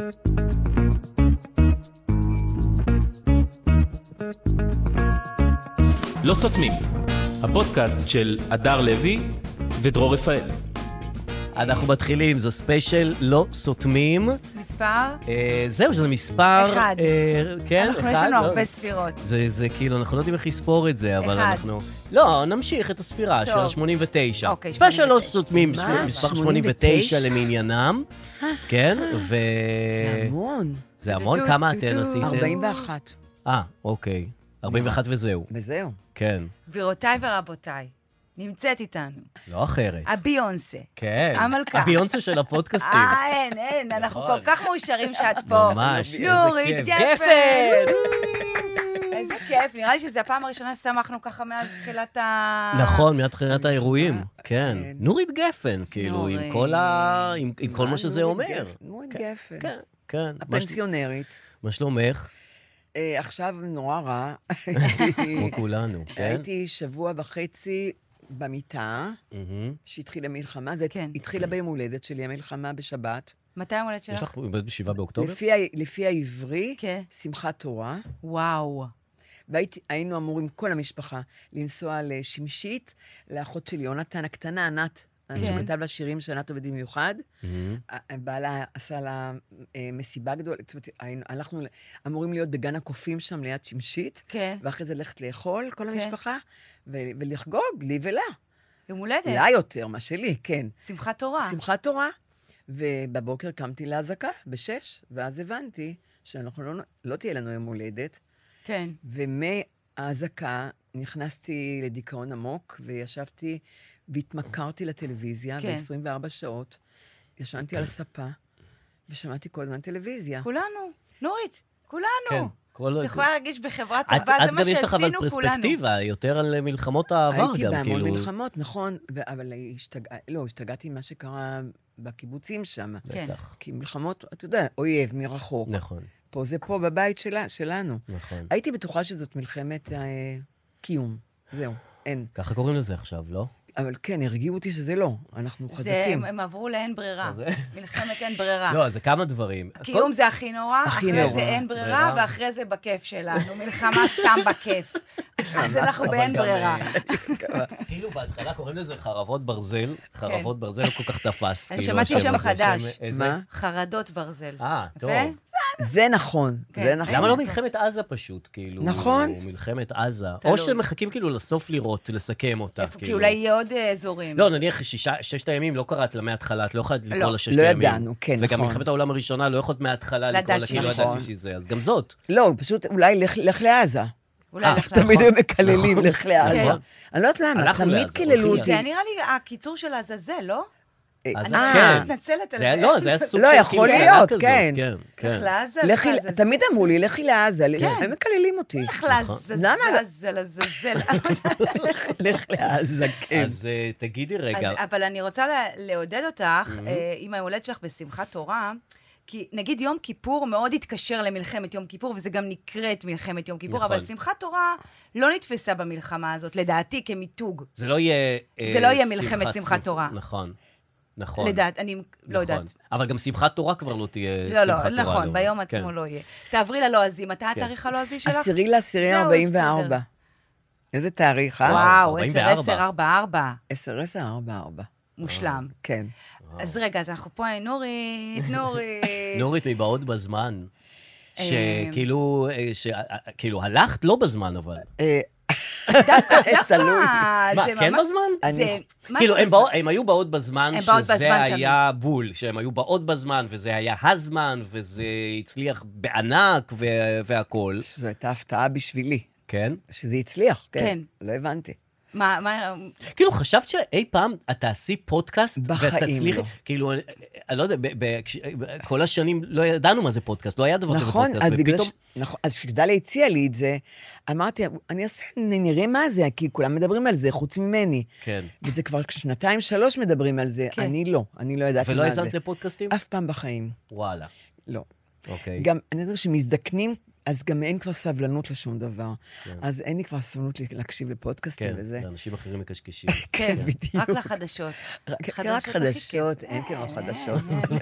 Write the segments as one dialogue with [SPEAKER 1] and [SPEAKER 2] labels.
[SPEAKER 1] לא סותמים, הפודקאסט של אדר לוי ודרור רפאל.
[SPEAKER 2] אנחנו מתחילים, זה ספיישל לא סותמים.
[SPEAKER 3] מספר?
[SPEAKER 2] זהו, שזה מספר...
[SPEAKER 3] אחד.
[SPEAKER 2] כן,
[SPEAKER 3] אנחנו יש לנו הרבה ספירות.
[SPEAKER 2] זה כאילו, אנחנו לא יודעים איך לספור את זה, אבל
[SPEAKER 3] אחד.
[SPEAKER 2] אנחנו... לא, נמשיך את הספירה של 89.
[SPEAKER 3] אוקיי,
[SPEAKER 2] ספיישל לא סותמים,
[SPEAKER 3] מה?
[SPEAKER 2] מספר 89 למעניינם. כן, ו...
[SPEAKER 4] זה המון.
[SPEAKER 2] זה המון? כמה אתן עשיתם?
[SPEAKER 4] 41.
[SPEAKER 2] אוקיי. 41 וזהו.
[SPEAKER 4] וזהו.
[SPEAKER 2] כן.
[SPEAKER 3] גבירותיי ורבותיי, נמצאת איתנו.
[SPEAKER 2] לא אחרת.
[SPEAKER 3] הביונסה.
[SPEAKER 2] כן.
[SPEAKER 3] המלכה.
[SPEAKER 2] הביונסה של הפודקאסטים.
[SPEAKER 3] אין, אנחנו כל כך מאושרים שאת פה.
[SPEAKER 2] ממש, איזה
[SPEAKER 3] נורית
[SPEAKER 2] כיף.
[SPEAKER 3] גפן! איזה כיף, נראה לי שזו הפעם הראשונה ששמחנו ככה מאז תחילת
[SPEAKER 2] נכון, מיד תחילת האירועים. כן. נורית גפן, כאילו, עם כל מה שזה אומר.
[SPEAKER 4] נורית גפן.
[SPEAKER 2] כן, כן.
[SPEAKER 4] הפנסיונרית.
[SPEAKER 2] מה שלומך?
[SPEAKER 4] עכשיו נורא רע.
[SPEAKER 2] כמו כולנו, כן?
[SPEAKER 4] הייתי שבוע וחצי במיטה, שהתחילה מלחמה. זה התחילה ביום הולדת שלי, המלחמה בשבת.
[SPEAKER 3] מתי המולדת שלך?
[SPEAKER 2] יש לך ב7 באוקטובר?
[SPEAKER 4] לפי העברי,
[SPEAKER 3] כן.
[SPEAKER 4] שמחת תורה.
[SPEAKER 3] וואו.
[SPEAKER 4] והיינו אמורים כל המשפחה לנסוע לשמשית, לאחות של יונתן הקטנה, ענת. שכתב לה שירים שענת עובד במיוחד. בעלה עשה לה מסיבה גדולה. אנחנו אמורים להיות בגן הקופים שם ליד שמשית, ואחרי זה ללכת לאכול כל המשפחה, ולחגוג לי ולה.
[SPEAKER 3] יום הולדת.
[SPEAKER 4] לה יותר, מה שלי, כן.
[SPEAKER 3] שמחת תורה.
[SPEAKER 4] שמחת תורה. ובבוקר קמתי להזקה, ב6, ואז הבנתי שאנחנו לא תהיה לנו יום הולדת.
[SPEAKER 3] כן.
[SPEAKER 4] ומההזקה נכנסתי לדיכאון עמוק, וישבתי והתמכרתי לטלוויזיה, ב-24 שעות, ישנתי על הספה, ושמעתי כל הזמן טלוויזיה.
[SPEAKER 3] כולנו, נורית, כולנו.
[SPEAKER 2] כן.
[SPEAKER 3] את יכולה להרגיש בחברה טובה, זה מה שעשינו כולנו.
[SPEAKER 2] את גם יש לך אבל פרספקטיבה, יותר על מלחמות העבר גם, כאילו.
[SPEAKER 4] הייתי בהמון מלחמות, נכון, אבל השתגעתי מה שקרה בקיבוצים שם.
[SPEAKER 2] בטח.
[SPEAKER 4] כי מלחמות, אתה יודע, אויב מרחוק.
[SPEAKER 2] נכון.
[SPEAKER 4] פה זה פה בבית שלנו.
[SPEAKER 2] נכון.
[SPEAKER 4] הייתי בטוחה שזאת מלחמת קיום. זהו, אין.
[SPEAKER 2] ככה קוראים לזה עכשיו, לא?
[SPEAKER 4] אבל כן, הרגיעו אותי שזה לא, אנחנו חזקים.
[SPEAKER 3] הם עברו לאין ברירה. מלחמת אין ברירה.
[SPEAKER 2] לא, זה כמה דברים.
[SPEAKER 3] קיום זה הכי נורא, אחרי זה אין ברירה, ואחרי זה בכיף שלנו. מלחמה סתם בכיף. אז אנחנו באין ברירה.
[SPEAKER 2] כאילו בהתחלה קוראים לזה חרבות ברזל, חרבות ברזל לא כל כך תפס.
[SPEAKER 3] אני שמעתי שם חדש.
[SPEAKER 4] מה?
[SPEAKER 3] חרדות ברזל.
[SPEAKER 2] טוב.
[SPEAKER 4] זה נכון, זה נכון.
[SPEAKER 2] למה לא מלחמת עזה פשוט, כאילו?
[SPEAKER 4] נכון.
[SPEAKER 2] מלחמת עזה. או שמחכים כאילו לסוף לראות, לסכם אותה.
[SPEAKER 3] כי אולי יהיה עוד אזורים.
[SPEAKER 2] לא, נניח ששת הימים לא קראת לה מההתחלה, את לא יכולת לקרוא לה 6 ימים.
[SPEAKER 4] לא ידענו, כן, נכון.
[SPEAKER 2] וגם מלחמת העולם הראשונה לא יכולת מההתחלה לקרוא לה, כאילו ידעתי שזה, אז גם זאת.
[SPEAKER 4] לא, פשוט אולי לך לעזה. תמיד הם מקללים, לך לעזה. אני לא יודעת למה, תמיד קיללו אותי.
[SPEAKER 3] זה נראה לי הקיצור של העזאזל, לא?
[SPEAKER 2] אני
[SPEAKER 3] מתנצלת על זה.
[SPEAKER 2] לא, זה היה סוג
[SPEAKER 4] לא,
[SPEAKER 2] של
[SPEAKER 4] יכול להיות, כן.
[SPEAKER 3] לך לעזה.
[SPEAKER 4] תמיד אמרו לי, לכי לעזה, הם מקללים אותי.
[SPEAKER 3] לך לעזה, לעזאזל.
[SPEAKER 4] לך לעזה, כן.
[SPEAKER 2] אז תגידי רגע.
[SPEAKER 3] אבל אני רוצה לעודד אותך, עם ההולדת שלך בשמחת תורה, כי נגיד יום כיפור מאוד התקשר למלחמת יום כיפור, וזה גם נקראת מלחמת יום כיפור, אבל שמחת תורה לא נתפסה במלחמה הזאת, לדעתי כמיתוג.
[SPEAKER 2] זה לא יהיה
[SPEAKER 3] מלחמת שמחת תורה.
[SPEAKER 2] נכון. נכון.
[SPEAKER 3] לדעת, אני לא יודעת.
[SPEAKER 2] אבל גם שמחת תורה כבר לא תהיה שמחת תורה.
[SPEAKER 3] לא, נכון, ביום עצמו לא יהיה. תעברי ללועזי, מתי התאריך הלועזי שלך?
[SPEAKER 4] 10/10/44. איזה תאריך,
[SPEAKER 3] וואו, 10/10/44.
[SPEAKER 4] 10/10/44.
[SPEAKER 3] מושלם.
[SPEAKER 4] כן.
[SPEAKER 3] אז רגע, אז אנחנו פה, נורית.
[SPEAKER 2] נורית מבאות בזמן. שכאילו, הלכת לא בזמן, אבל.
[SPEAKER 3] דווקא.
[SPEAKER 2] מה, כן בזמן? כאילו, הם היו באות בזמן שזה היה בול, שהם היו באות בזמן, וזה היה הזמן, וזה הצליח בענק והכל.
[SPEAKER 4] שזו הייתה הפתעה בשבילי.
[SPEAKER 2] כן?
[SPEAKER 4] שזה הצליח, כן. לא הבנתי.
[SPEAKER 3] מה?
[SPEAKER 2] כאילו, חשבת שאי פעם את תעשי פודקאסט
[SPEAKER 4] בחיים לא.
[SPEAKER 2] כאילו, אני לא יודע, כל השנים לא ידענו מה זה פודקאסט, לא היה דבר כזה פודקאסט.
[SPEAKER 4] נכון, אז כשגדלה הציעה לי את זה, אמרתי, אני אעשה, נראה מה זה, כי כולם מדברים על זה, חוץ ממני.
[SPEAKER 2] כן.
[SPEAKER 4] וזה כבר 2-3 מדברים על זה, אני לא ידעתי מה זה.
[SPEAKER 2] ולא האזנת לפודקאסטים?
[SPEAKER 4] אף פעם בחיים.
[SPEAKER 2] וואלה.
[SPEAKER 4] לא. גם, אני חושבת שמזדקנים, אז גם אין כבר סבלנות לשום דבר. אז אין לי כבר סבלנות להקשיב לפודקאסטים וזה.
[SPEAKER 2] כן, לאנשים אחרים מקשקשים.
[SPEAKER 3] כן, בדיוק. רק לחדשות.
[SPEAKER 4] רק חדשות, אין כמו חדשות.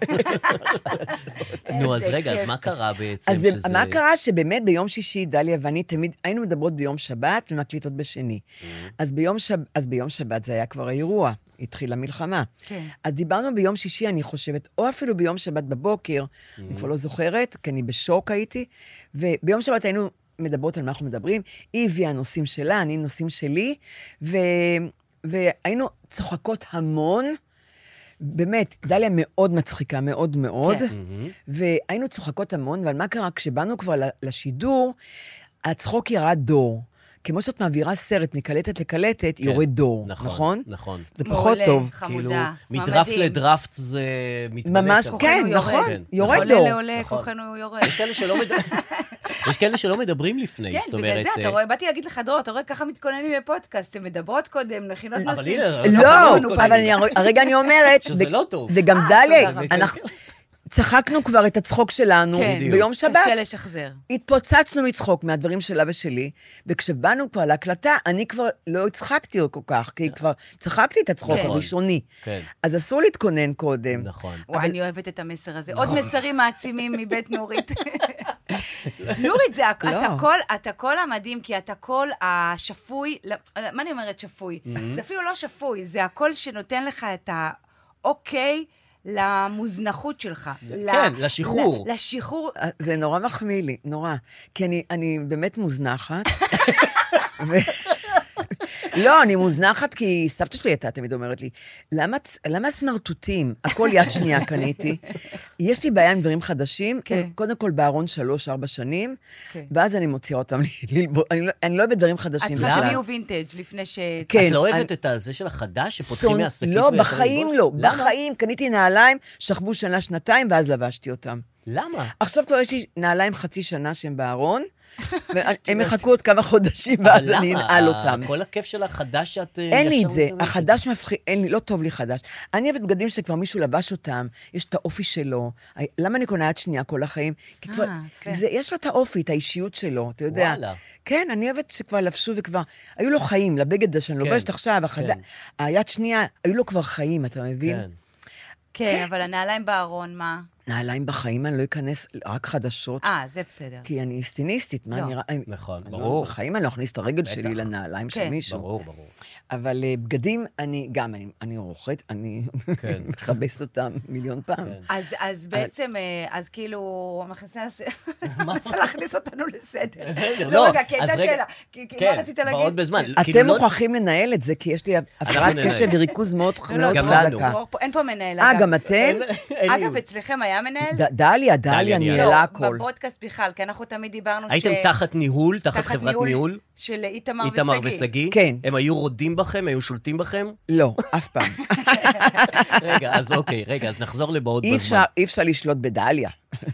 [SPEAKER 2] נו, אז רגע, אז מה קרה בעצם?
[SPEAKER 4] אז מה קרה שבאמת ביום שישי, דליה ואני תמיד היינו מדברות ביום שבת ומקליטות בשני. אז ביום שבת זה היה כבר האירוע. התחילה מלחמה.
[SPEAKER 3] כן.
[SPEAKER 4] אז דיברנו ביום שישי, אני חושבת, או אפילו ביום שבת בבוקר, אני כבר לא זוכרת, כי אני בשוק הייתי, וביום שבת היינו מדברות על מה אנחנו מדברים, היא הביאה נושאים שלה, אני נושאים שלי, והיינו צוחקות המון, באמת, דליה מאוד מצחיקה, מאוד מאוד, והיינו צוחקות המון, אבל מה קרה? כשבאנו כבר לשידור, הצחוק ירד דור. כמו שאת מעבירה סרט מקלטת לקלטת, יורד דור, נכון?
[SPEAKER 2] נכון.
[SPEAKER 4] זה פחות טוב.
[SPEAKER 3] חמודה.
[SPEAKER 2] מדרפט לדרפט זה מתמלא.
[SPEAKER 4] ממש, כן, נכון, יורד דור.
[SPEAKER 3] עולה לעולה, כוחנו יורד.
[SPEAKER 2] יש כאלה שלא מדברים לפני, זאת אומרת...
[SPEAKER 3] כן, בגלל זה, אתה רואה, באתי להגיד לך, דרור, אתה רואה ככה מתכוננים לפודקאסט, אתם מדברות קודם, נכינות נושאים.
[SPEAKER 4] לא, אבל הרגע אני אומרת...
[SPEAKER 2] שזה לא טוב.
[SPEAKER 4] וגם דליה, אנחנו... צחקנו כבר את הצחוק שלנו ביום שבת.
[SPEAKER 3] קשה לשחזר.
[SPEAKER 4] התפוצצנו מצחוק מהדברים שלה ושלי, וכשבאנו כבר להקלטה, אני כבר לא הצחקתי כל כך, כי כבר צחקתי את הצחוק הראשוני. אז אסור להתכונן קודם.
[SPEAKER 2] נכון.
[SPEAKER 3] וואי, אני אוהבת את המסר הזה. עוד מסרים מעצימים מבית נורית. נורית, אתה קול המדהים, כי אתה קול השפוי, מה אני אומרת שפוי? זה אפילו לא שפוי, זה הקול שנותן לך את האוקיי, למוזנחות שלך.
[SPEAKER 2] כן, לשחרור.
[SPEAKER 3] לשחרור.
[SPEAKER 4] זה נורא מחמיא לי, נורא. כי אני באמת מוזנחת. לא, אני מוזנחת כי סבתא שלי הייתה תמיד אומרת לי, למה סמרטוטים? הכל יד שנייה קניתי. יש לי בעיה עם דברים חדשים, קודם כל בארון 3-4 שנים, ואז אני מוציאה אותם ללבוד. אני לא אוהבת דברים חדשים.
[SPEAKER 3] את צריכה שהם יהיו וינטג' לפני ש...
[SPEAKER 2] את לא אוהבת את זה של החדש, שפותחים מהשקית?
[SPEAKER 4] לא, בחיים לא. בחיים קניתי נעליים, שכבו 1-2, ואז לבשתי אותם.
[SPEAKER 2] למה?
[SPEAKER 4] עכשיו כבר יש לי נעליים חצי שנה שהם בארון, הם יחכו עוד כמה חודשים, ואז אני אנעל אותם.
[SPEAKER 2] כל הכיף של החדש שאת...
[SPEAKER 4] אין לי את זה, החדש מפחיד, אין לי, לא טוב לי חדש. אני אוהבת בגדים שכבר מישהו לבש אותם, יש את האופי שלו. למה אני קונה יד שנייה כל החיים? כי כבר, יש לו את האופי, את האישיות שלו, אתה יודע.
[SPEAKER 2] וואלה.
[SPEAKER 4] כן, אני אוהבת שכבר לבשו וכבר, היו לו חיים, לבגד שאני לובשת עכשיו, היד שנייה, היו לו כבר חיים, אתה מבין?
[SPEAKER 3] כן, אבל הנעליים בארון, מה?
[SPEAKER 4] נעליים בחיים, אני לא אכנס רק חדשות.
[SPEAKER 3] זה בסדר.
[SPEAKER 4] כי אני אסטיניסטית, מה נראה?
[SPEAKER 2] נכון, ברור.
[SPEAKER 4] בחיים אני לא אכניס את הרגל שלי לנעליים של מישהו.
[SPEAKER 2] ברור.
[SPEAKER 4] אבל בגדים, אני רוחת, אני מכבס אותם מיליון פעם.
[SPEAKER 3] אז בעצם, אז כאילו, מנסה להכניס אותנו לסדר.
[SPEAKER 2] בסדר, לא.
[SPEAKER 3] רגע, כי הייתה שאלה.
[SPEAKER 2] כן, בעוד בזמן.
[SPEAKER 4] אתם מוכרחים לנהל את זה, כי יש לי הפרעת קשב וריכוז מאוד חזקה.
[SPEAKER 3] אין פה מנהל.
[SPEAKER 4] גם אתם?
[SPEAKER 3] אגב, אצלכם היה מנהל?
[SPEAKER 4] דליה ניהלה הכל.
[SPEAKER 3] בפודקאסט בכלל, כי אנחנו תמיד דיברנו
[SPEAKER 2] הייתם תחת ניהול, תחת חברת ניהול?
[SPEAKER 3] של איתמר
[SPEAKER 2] ושגיא?
[SPEAKER 4] כן.
[SPEAKER 2] הם היו רודים בכם? היו שולטים בכם?
[SPEAKER 4] לא, אף פעם.
[SPEAKER 2] רגע, אז נחזור לבאות בזמן.
[SPEAKER 4] אי אפשר לשלוט בדליה.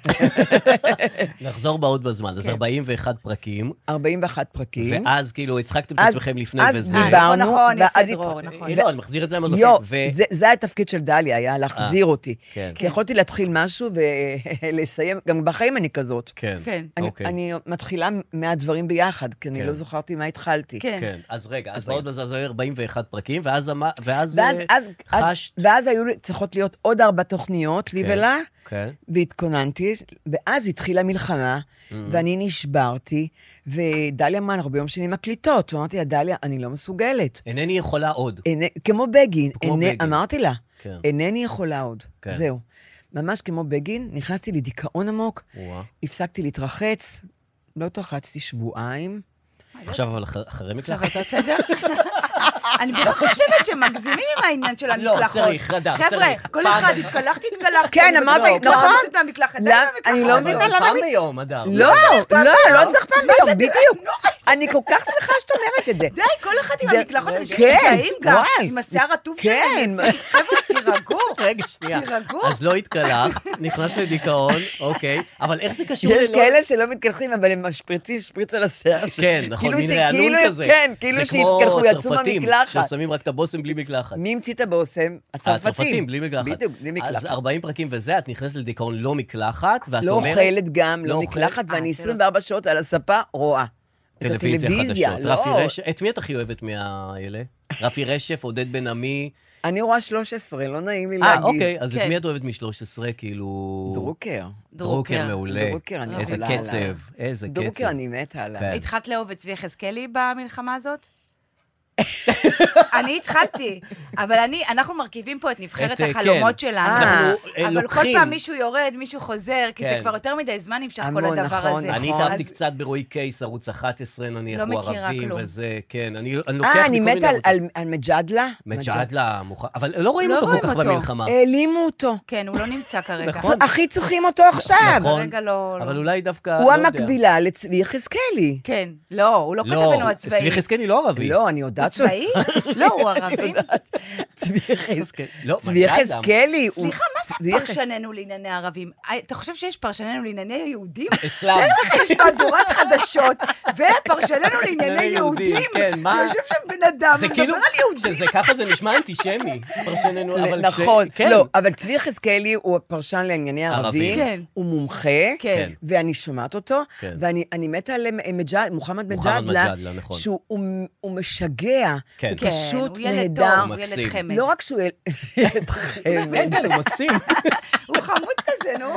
[SPEAKER 2] נחזור באות בזמן, אז 41 פרקים.
[SPEAKER 4] 41 פרקים.
[SPEAKER 2] ואז כאילו הצחקתם את עצמכם לפני וזה.
[SPEAKER 4] אז דיברנו.
[SPEAKER 3] נכון, יפה דרור, נכון.
[SPEAKER 2] לא, אני מחזיר את זה מהזמן.
[SPEAKER 4] זה היה התפקיד של דליה, היה להחזיר אותי. כי יכולתי להתחיל משהו ולסיים, גם בחיים אני כזאת.
[SPEAKER 2] כן.
[SPEAKER 4] אני מתחילה מהדברים ביחד, כי אני לא זוכרתי מה התחלתי.
[SPEAKER 2] כן. אז רגע, אז באות בזמן, זה היו 41 פרקים, ואז חשת...
[SPEAKER 4] ואז היו צריכות להיות עוד 4 תוכניות, לי ולה, והתכוננתי, ואז התחילה מלחמה, ואני נשברתי, ודליה אמרה, אנחנו ביום שני מקליטות, ואמרתי לה, דליה, אני לא מסוגלת.
[SPEAKER 2] אינני יכולה עוד.
[SPEAKER 4] כמו בגין. אמרתי לה, אינני יכולה עוד. זהו. ממש כמו בגין, נכנסתי לדיכאון עמוק, הפסקתי להתרחץ, לא התרחצתי שבועיים.
[SPEAKER 2] עכשיו אבל אחרי מקלחת.
[SPEAKER 3] עכשיו אתה סדר? אני בכלל חושבת שמגזימים עם העניין של המקלחות.
[SPEAKER 2] לא, צריך, רדע, צריך.
[SPEAKER 3] חבר'ה, כל אחד, התקלחתי.
[SPEAKER 4] כן, אמרתי, נכון.
[SPEAKER 3] אני
[SPEAKER 4] לא מבינה למה...
[SPEAKER 2] פעם ביום, אדר.
[SPEAKER 4] לא צריך פעם ביום, בדיוק. אני כל כך שמחה שאת אומרת את זה.
[SPEAKER 3] די, כל אחד עם המקלחות, אני שתקעים גם, עם השיער הטוב שלהם. חבר'ה, תירגעו.
[SPEAKER 2] רגע, שנייה. אז לא התקלח, נכנס לדיכאון, אוקיי. אבל איך זה קשור?
[SPEAKER 4] יש כאלה שלא מתקלחים, אבל הם משפריצים שפריץ על השיער.
[SPEAKER 2] כן, נכון, מין רענון כזה.
[SPEAKER 4] כן, כאילו שהתקלחו, יצאו מהמקלחת. מקלחת.
[SPEAKER 2] ששמים רק את הבושם בלי מקלחת.
[SPEAKER 4] מי המציא את הבושם?
[SPEAKER 2] הצרפתים, בלי מקלחת.
[SPEAKER 4] בדיוק, בלי מקלחת.
[SPEAKER 2] אז 40 פרקים וזה, את נכנסת לדיכאון לא מקלחת, ואת
[SPEAKER 4] לא
[SPEAKER 2] אומרת...
[SPEAKER 4] אוכלת גם, לא מקלחת, ואני 24 שעות על הספה רואה.
[SPEAKER 2] טלוויזיה חדשות. רפי רשף, את מי את הכי אוהבת מהאלה? רפי רשף, עודד בן עמי?
[SPEAKER 4] אני רואה 13, לא נעים לי להגיד.
[SPEAKER 2] אוקיי, אז את מי את אוהבת מ-13, כאילו...
[SPEAKER 4] דרוקר.
[SPEAKER 2] דרוקר מעולה.
[SPEAKER 4] דרוקר, אני
[SPEAKER 2] איזה
[SPEAKER 4] יכולה
[SPEAKER 2] קצב,
[SPEAKER 4] עליו.
[SPEAKER 2] איזה קצב.
[SPEAKER 4] דרוקר, אני מתה עליו.
[SPEAKER 3] התחלת לאהוב את צבי יחזקאלי במלחמה הזאת? אני התחלתי, אבל אנחנו מרכיבים פה את נבחרת החלומות שלנו. אבל כל פעם מישהו יורד, מישהו חוזר, כי זה כבר יותר מדי זמן נמשך כל הדבר הזה.
[SPEAKER 2] אני התאהבתי קצת ברועי קייס, ערוץ 11, נניח, הוא ערבים, וזה, כן.
[SPEAKER 4] אני מתה על מג'אדלה?
[SPEAKER 2] מג'אדלה, אבל לא רואים אותו כל כך במלחמה.
[SPEAKER 4] העלימו אותו.
[SPEAKER 3] כן, הוא לא נמצא כרגע.
[SPEAKER 4] הכי צריכים אותו עכשיו.
[SPEAKER 2] נכון, אבל אולי דווקא...
[SPEAKER 4] הוא המקבילה לצבי יחזקאלי.
[SPEAKER 3] כן, לא, הוא לא כתבנו הצבאי.
[SPEAKER 2] צבי יחזקאלי לא ערבי.
[SPEAKER 4] לא, אני יודעת
[SPEAKER 3] צבאי? לא, הוא ערבי.
[SPEAKER 4] צבי יחזקאלי.
[SPEAKER 3] סליחה, מה זה פרשננו לענייני ערבים? אתה חושב שיש פרשננו לענייני יהודים?
[SPEAKER 2] אצלם.
[SPEAKER 3] יש מהדורת חדשות, ופרשננו לענייני יהודים. יושב שם בן אדם, מדבר על יהודים.
[SPEAKER 2] שזה ככה זה נשמע אנטישמי, פרשננו.
[SPEAKER 4] נכון, לא, אבל צבי יחזקאלי הוא הפרשן לענייני ערבים. הוא מומחה, ואני שומעת אותו, ואני מתה על מוחמד מג'אדלה, שהוא משגע, הוא פשוט נהדר.
[SPEAKER 3] הוא ילד חמד.
[SPEAKER 4] לא רק שהוא ילד חמד.
[SPEAKER 2] הוא מקסים.
[SPEAKER 3] הוא חמוד כזה, נו.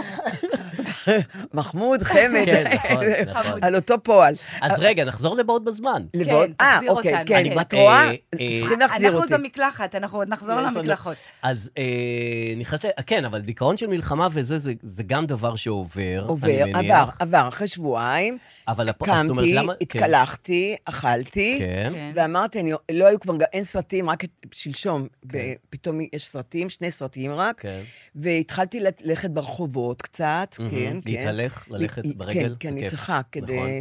[SPEAKER 4] מחמוד חמד.
[SPEAKER 2] כן, נכון.
[SPEAKER 4] על אותו פועל.
[SPEAKER 2] אז רגע, נחזור לבאות בזמן.
[SPEAKER 3] כן, תחזיר אותנו.
[SPEAKER 4] כן, את רואה? צריכים להחזיר אותי.
[SPEAKER 3] אנחנו עוד במקלחת, אנחנו עוד נחזור למקלחות.
[SPEAKER 2] אז נכנס כן, אבל דיכאון של מלחמה וזה, זה גם דבר שעובר.
[SPEAKER 4] עבר, אחרי שבועיים. קמתי, התקלחתי, אכלתי, ואמרתי, לא היו כבר, אין סרטים, רק שלשום, פתאום יש סרטים, 2 סרטים רק, והתחלתי ללכת ברחובות קצת, כן.
[SPEAKER 2] להתהלך, ללכת ברגל,
[SPEAKER 4] כן, אני צריכה, כדי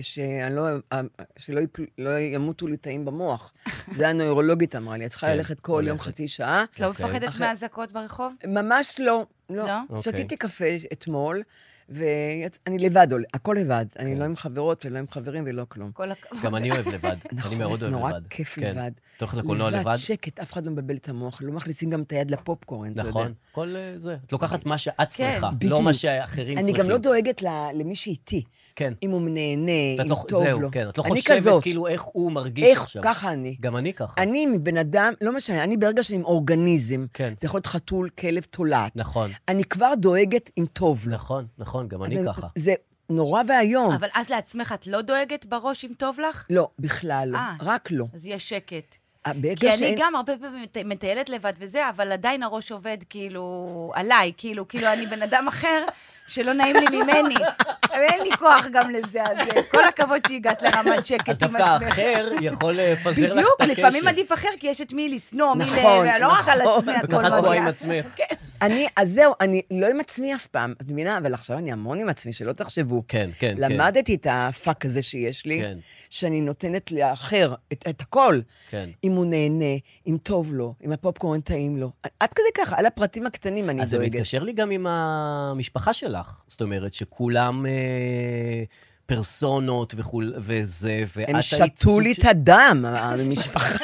[SPEAKER 4] שלא ימותו לי תאים במוח. זה הנוירולוגית אמרה לי, את צריכה ללכת כל יום חצי שעה.
[SPEAKER 3] את לא מפחדת מהזעקות ברחוב?
[SPEAKER 4] ממש לא, לא. שתיתי קפה אתמול, ואני לבד, הכל לבד. אני לא עם חברות ולא עם חברים ולא כלום.
[SPEAKER 2] גם אני אוהב לבד. אני מאוד אוהב לבד.
[SPEAKER 4] נורא כיף לבד.
[SPEAKER 2] תוך לקולנוע לבד.
[SPEAKER 4] לבד, שקט, אף אחד לא מבלבל את המוח. לא מכניסים גם את היד לפופקורן, אתה יודע.
[SPEAKER 2] נכון. כל זה. את לוקחת מה שאת צריכה, לא מה שאחרים צריכים.
[SPEAKER 4] אני גם לא דואגת למי שאיתי.
[SPEAKER 2] כן.
[SPEAKER 4] אם הוא נהנה, אם טוב לו.
[SPEAKER 2] זהו, כן. את לא חושבת כאילו איך הוא מרגיש עכשיו.
[SPEAKER 4] ככה אני.
[SPEAKER 2] גם אני ככה.
[SPEAKER 4] אני מבן אדם, לא משנה, אני ברגע שאני עם אורגניזם. זה יכול להיות חתול, כלב, תולעת.
[SPEAKER 2] נכון.
[SPEAKER 4] אני כבר דואגת אם טוב לו.
[SPEAKER 2] נכון, גם אני ככה.
[SPEAKER 4] זה נורא והיום.
[SPEAKER 3] אבל אז לעצמך את לא דואגת בראש אם טוב לך?
[SPEAKER 4] לא, בכלל לא. רק לא.
[SPEAKER 3] אז יש שקט. כי אני גם הרבה פעמים מטיילת לבד וזה, אבל עדיין הראש עובד כאילו עליי, כאילו אני בן אדם אחר שלא נעים לי ממני. אין לי כוח גם לזה, אז כל הכבוד שהגעת לרמת שקט עם עצמך.
[SPEAKER 2] אז דווקא אחר יכול לפזר לך את הקשר.
[SPEAKER 3] בדיוק, לפעמים עדיף אחר, כי יש את מי לסנוע, לא רק על עצמי הכל מגיע.
[SPEAKER 2] וככה את רואה עם עצמך.
[SPEAKER 4] אז זהו, אני לא עם עצמי אף פעם, את מבינה? אבל עכשיו אני המון עם עצמי, שלא תחשבו.
[SPEAKER 2] כן.
[SPEAKER 4] למדתי את הפאק הזה שיש לי, שאני נותנת לאחר את הכל. אם הוא נהנה, אם טוב לו, אם הפופקורן טעים לו. עד כדי ככה, על הפרטים הקטנים אני דואגת.
[SPEAKER 2] אז זה מתקשר לי גם עם המשפחה שלך. זאת אומרת שכולם פרסונות וזה,
[SPEAKER 4] הם שתו לי את הדם, המשפחה.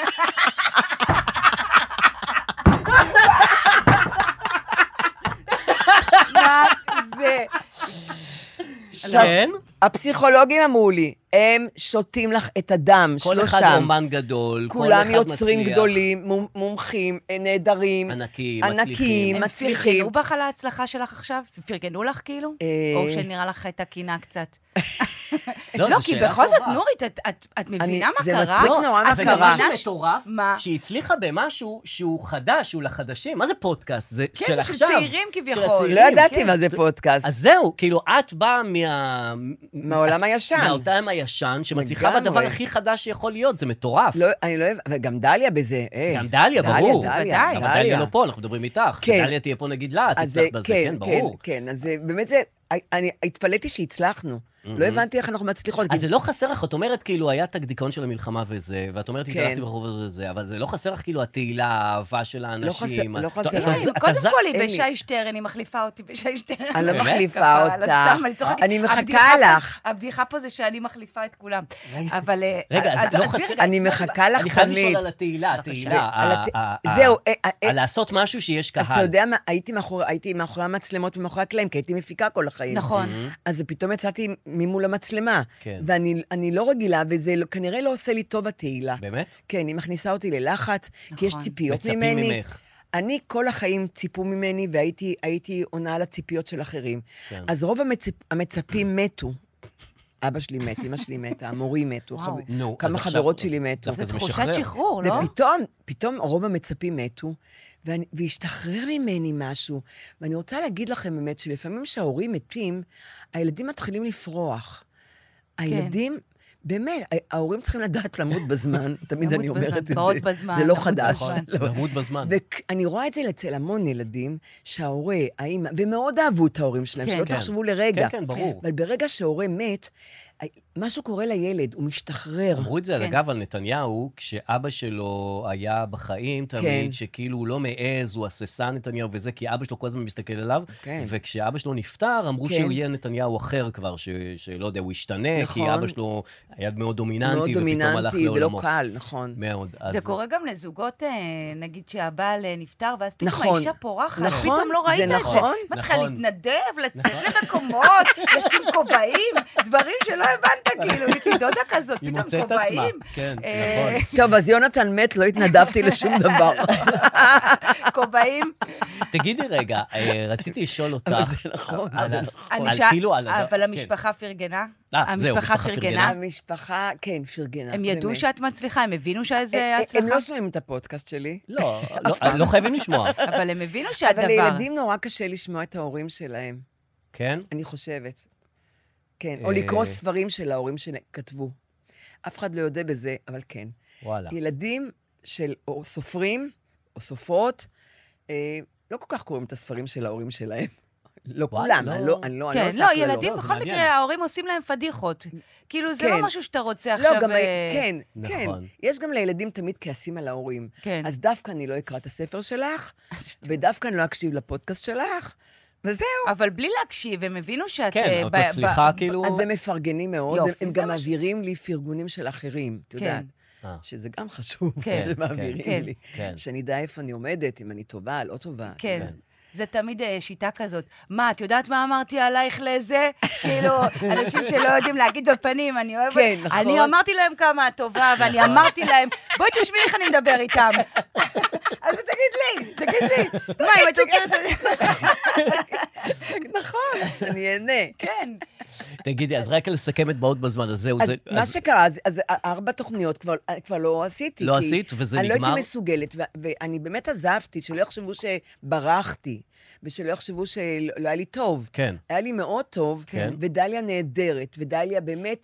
[SPEAKER 3] מה זה?
[SPEAKER 2] כן?
[SPEAKER 4] הפסיכולוגים אמרו לי, הם שותים לך את הדם,
[SPEAKER 2] כל אחד אומן גדול, כל אחד מצליח.
[SPEAKER 4] כולם יוצרים גדולים, מומחים, נהדרים, ענקים, מצליחים.
[SPEAKER 3] הם פרגנו בך על ההצלחה שלך עכשיו? פרגנו לך כאילו? או שנראה לך את הקינה קצת? לא, כי בכל זאת, נורית, את מבינה מה קרה?
[SPEAKER 4] זה מצליח נורא מה קרה.
[SPEAKER 2] זה משהו מטורף, שהיא הצליחה במשהו שהוא חדש, שהוא לחדשים. מה זה פודקאסט? זה של עכשיו.
[SPEAKER 3] כן, של צעירים כביכול.
[SPEAKER 4] לא ידעתי מה זה פודקאסט.
[SPEAKER 2] אז זהו, כאילו, את באה
[SPEAKER 4] מהעולם הישן.
[SPEAKER 2] מהעולם הישן, שמצליחה בדבר הכי חדש שיכול להיות, זה מטורף.
[SPEAKER 4] אני לא אוהב, וגם דליה בזה.
[SPEAKER 2] גם דליה, ברור.
[SPEAKER 3] דליה.
[SPEAKER 2] אבל דליה לא פה, אנחנו מדברים איתך. דליה תהיה פה נגיד לה, תצטרך בזה, כן, ברור.
[SPEAKER 4] כן, אז באמת זה, אני התפלאתי שהצלחנו. לא הבנתי איך אנחנו מצליחות.
[SPEAKER 2] אז זה לא חסר לך, את אומרת כאילו, היה את הדיכאון של המלחמה וזה, ואת אומרת, התהלכתי ברחוב וזה, אבל זה לא חסר לך כאילו התהילה, האהבה של האנשים.
[SPEAKER 4] לא חסר.
[SPEAKER 3] קודם כל היא בשי שטרן, היא מחליפה אותי בשי שטרן.
[SPEAKER 4] אני לא מחליפה אותה. אני מחכה לך.
[SPEAKER 3] הבדיחה פה זה שאני מחליפה את כולם. אבל...
[SPEAKER 2] רגע, אז לא חסר...
[SPEAKER 4] אני מחכה לך תמיד.
[SPEAKER 2] אני חייב לשאול על התהילה,
[SPEAKER 4] זהו.
[SPEAKER 2] על לעשות משהו שיש קהל.
[SPEAKER 4] אז אתה יודע מה, הייתי מאחורי המצלמות ומאחורי הקלעים, כי הייתי מפיקה כל החיים.
[SPEAKER 3] נכון.
[SPEAKER 4] אז פתאום יצאתי ממול המצלמה. ואני לא רגילה, וזה כנראה לא עושה לי טוב התהילה.
[SPEAKER 2] באמת?
[SPEAKER 4] כן, היא מכניסה אותי ללחץ, כי יש ציפיות ממני.
[SPEAKER 2] מצפים ממך.
[SPEAKER 4] אני כל החיים ציפו ממני, והייתי עונה על הציפיות של אחרים. אז רוב המצפים מתו. אבא שלי מת, אמא שלי מתה, המורים מתו, כמה חברות שלי מתו.
[SPEAKER 3] זה תחושת שחרור, לא?
[SPEAKER 4] ופתאום רוב המצפים מתו, והשתחרר ממני משהו. ואני רוצה להגיד לכם באמת שלפעמים שההורים מתים, הילדים מתחילים לפרוח. הילדים, באמת, ההורים צריכים לדעת למות בזמן, תמיד אני אומרת את זה.
[SPEAKER 3] למות בזמן.
[SPEAKER 4] זה לא חדש.
[SPEAKER 2] למות בזמן.
[SPEAKER 4] ואני רואה את זה אצל המון ילדים, שההורה, האמא, ומאוד אהבו את ההורים שלהם, שלא תחשבו לרגע.
[SPEAKER 2] כן, ברור.
[SPEAKER 4] אבל ברגע שההורה מת, משהו קורה לילד, הוא משתחרר.
[SPEAKER 2] אמרו את זה, אגב, על נתניהו, כשאבא שלו היה בחיים, תמיד שכאילו הוא לא מעז, הוא הססה נתניהו וזה, כי אבא שלו כל הזמן מסתכל עליו, וכשאבא שלו נפטר, אמרו שהוא יהיה נתניהו אחר כבר, שלא יודע, הוא ישתנה, כי אבא שלו היה מאוד דומיננטי, ופתאום הלך לעולמו.
[SPEAKER 4] ולא קל, נכון.
[SPEAKER 2] מאוד.
[SPEAKER 3] זה קורה גם לזוגות, נגיד שהבעל נפטר, ואז פתאום האישה פורחת, פתאום לא ראית את זה. מתחילה להתנדב, לצאת למקומות, לשים כובעים, דברים שלא הבנת, כאילו, יש לי דודה כזאת, פתאום כובעים.
[SPEAKER 2] כן, נכון.
[SPEAKER 4] טוב, אז יונתן מת, לא התנדבתי לשום דבר.
[SPEAKER 3] כובעים.
[SPEAKER 2] תגידי רגע, רציתי לשאול אותך.
[SPEAKER 4] אבל זה נכון.
[SPEAKER 3] אבל המשפחה פרגנה? המשפחה פרגנה?
[SPEAKER 4] המשפחה, כן, פרגנה.
[SPEAKER 3] הם ידעו שאת מצליחה? הם הבינו שזה הצלחה?
[SPEAKER 4] הם לא שומעים את הפודקאסט שלי.
[SPEAKER 2] לא חייבים לשמוע.
[SPEAKER 3] אבל הם הבינו שהדבר...
[SPEAKER 4] אבל לילדים נורא קשה לשמוע את ההורים שלהם.
[SPEAKER 2] כן?
[SPEAKER 4] אני חושבת. כן, או לקרוא ספרים של ההורים שכתבו. אף אחד לא יודע בזה, אבל כן.
[SPEAKER 2] וואלה.
[SPEAKER 4] ילדים של סופרים או סופרות, לא כל כך קוראים את הספרים של ההורים שלהם. לא כולם, אני לא
[SPEAKER 3] כן, לא, ילדים בכל מקרה, ההורים עושים להם פדיחות. כאילו, זה לא משהו שאתה רוצה עכשיו...
[SPEAKER 4] לא, גם, כן, כן. יש גם לילדים תמיד כעסים על ההורים. אז דווקא אני לא אקרא את הספר שלך, ודווקא אני לא אקשיב לפודקאסט שלך, וזהו.
[SPEAKER 3] אבל בלי להקשיב, הם הבינו שאת...
[SPEAKER 2] כן, את מצליחה כאילו...
[SPEAKER 4] אז הם מפרגנים מאוד, הם גם מעבירים לי פרגונים של אחרים, את יודעת. שזה גם חשוב, שמעבירים לי. שאני יודע איפה אני עומדת, אם אני טובה, לא טובה.
[SPEAKER 3] כן. זה תמיד שיטה כזאת. מה, את יודעת מה אמרתי עלייך לזה? כאילו, אנשים שלא יודעים להגיד בפנים, אני אוהבת...
[SPEAKER 4] כן, נכון.
[SPEAKER 3] אני אמרתי להם כמה הטובה, ואני אמרתי להם, בואי תשמעי איך אני מדבר איתם. אז תגיד לי. מה, אם את רוצה...
[SPEAKER 4] נכון, שאני אענה.
[SPEAKER 3] כן.
[SPEAKER 2] תגידי, אז רק לסכם את באות בזמן, אז זהו.
[SPEAKER 4] מה שקרה, אז 4 תוכניות כבר לא עשיתי.
[SPEAKER 2] לא עשית, וזה נגמר?
[SPEAKER 4] אני לא הייתי מסוגלת, ואני באמת עזבתי, שלא יחשבו שברחתי, ושלא יחשבו שלא היה לי טוב.
[SPEAKER 2] כן.
[SPEAKER 4] היה לי מאוד טוב, ודליה נהדרת, ודליה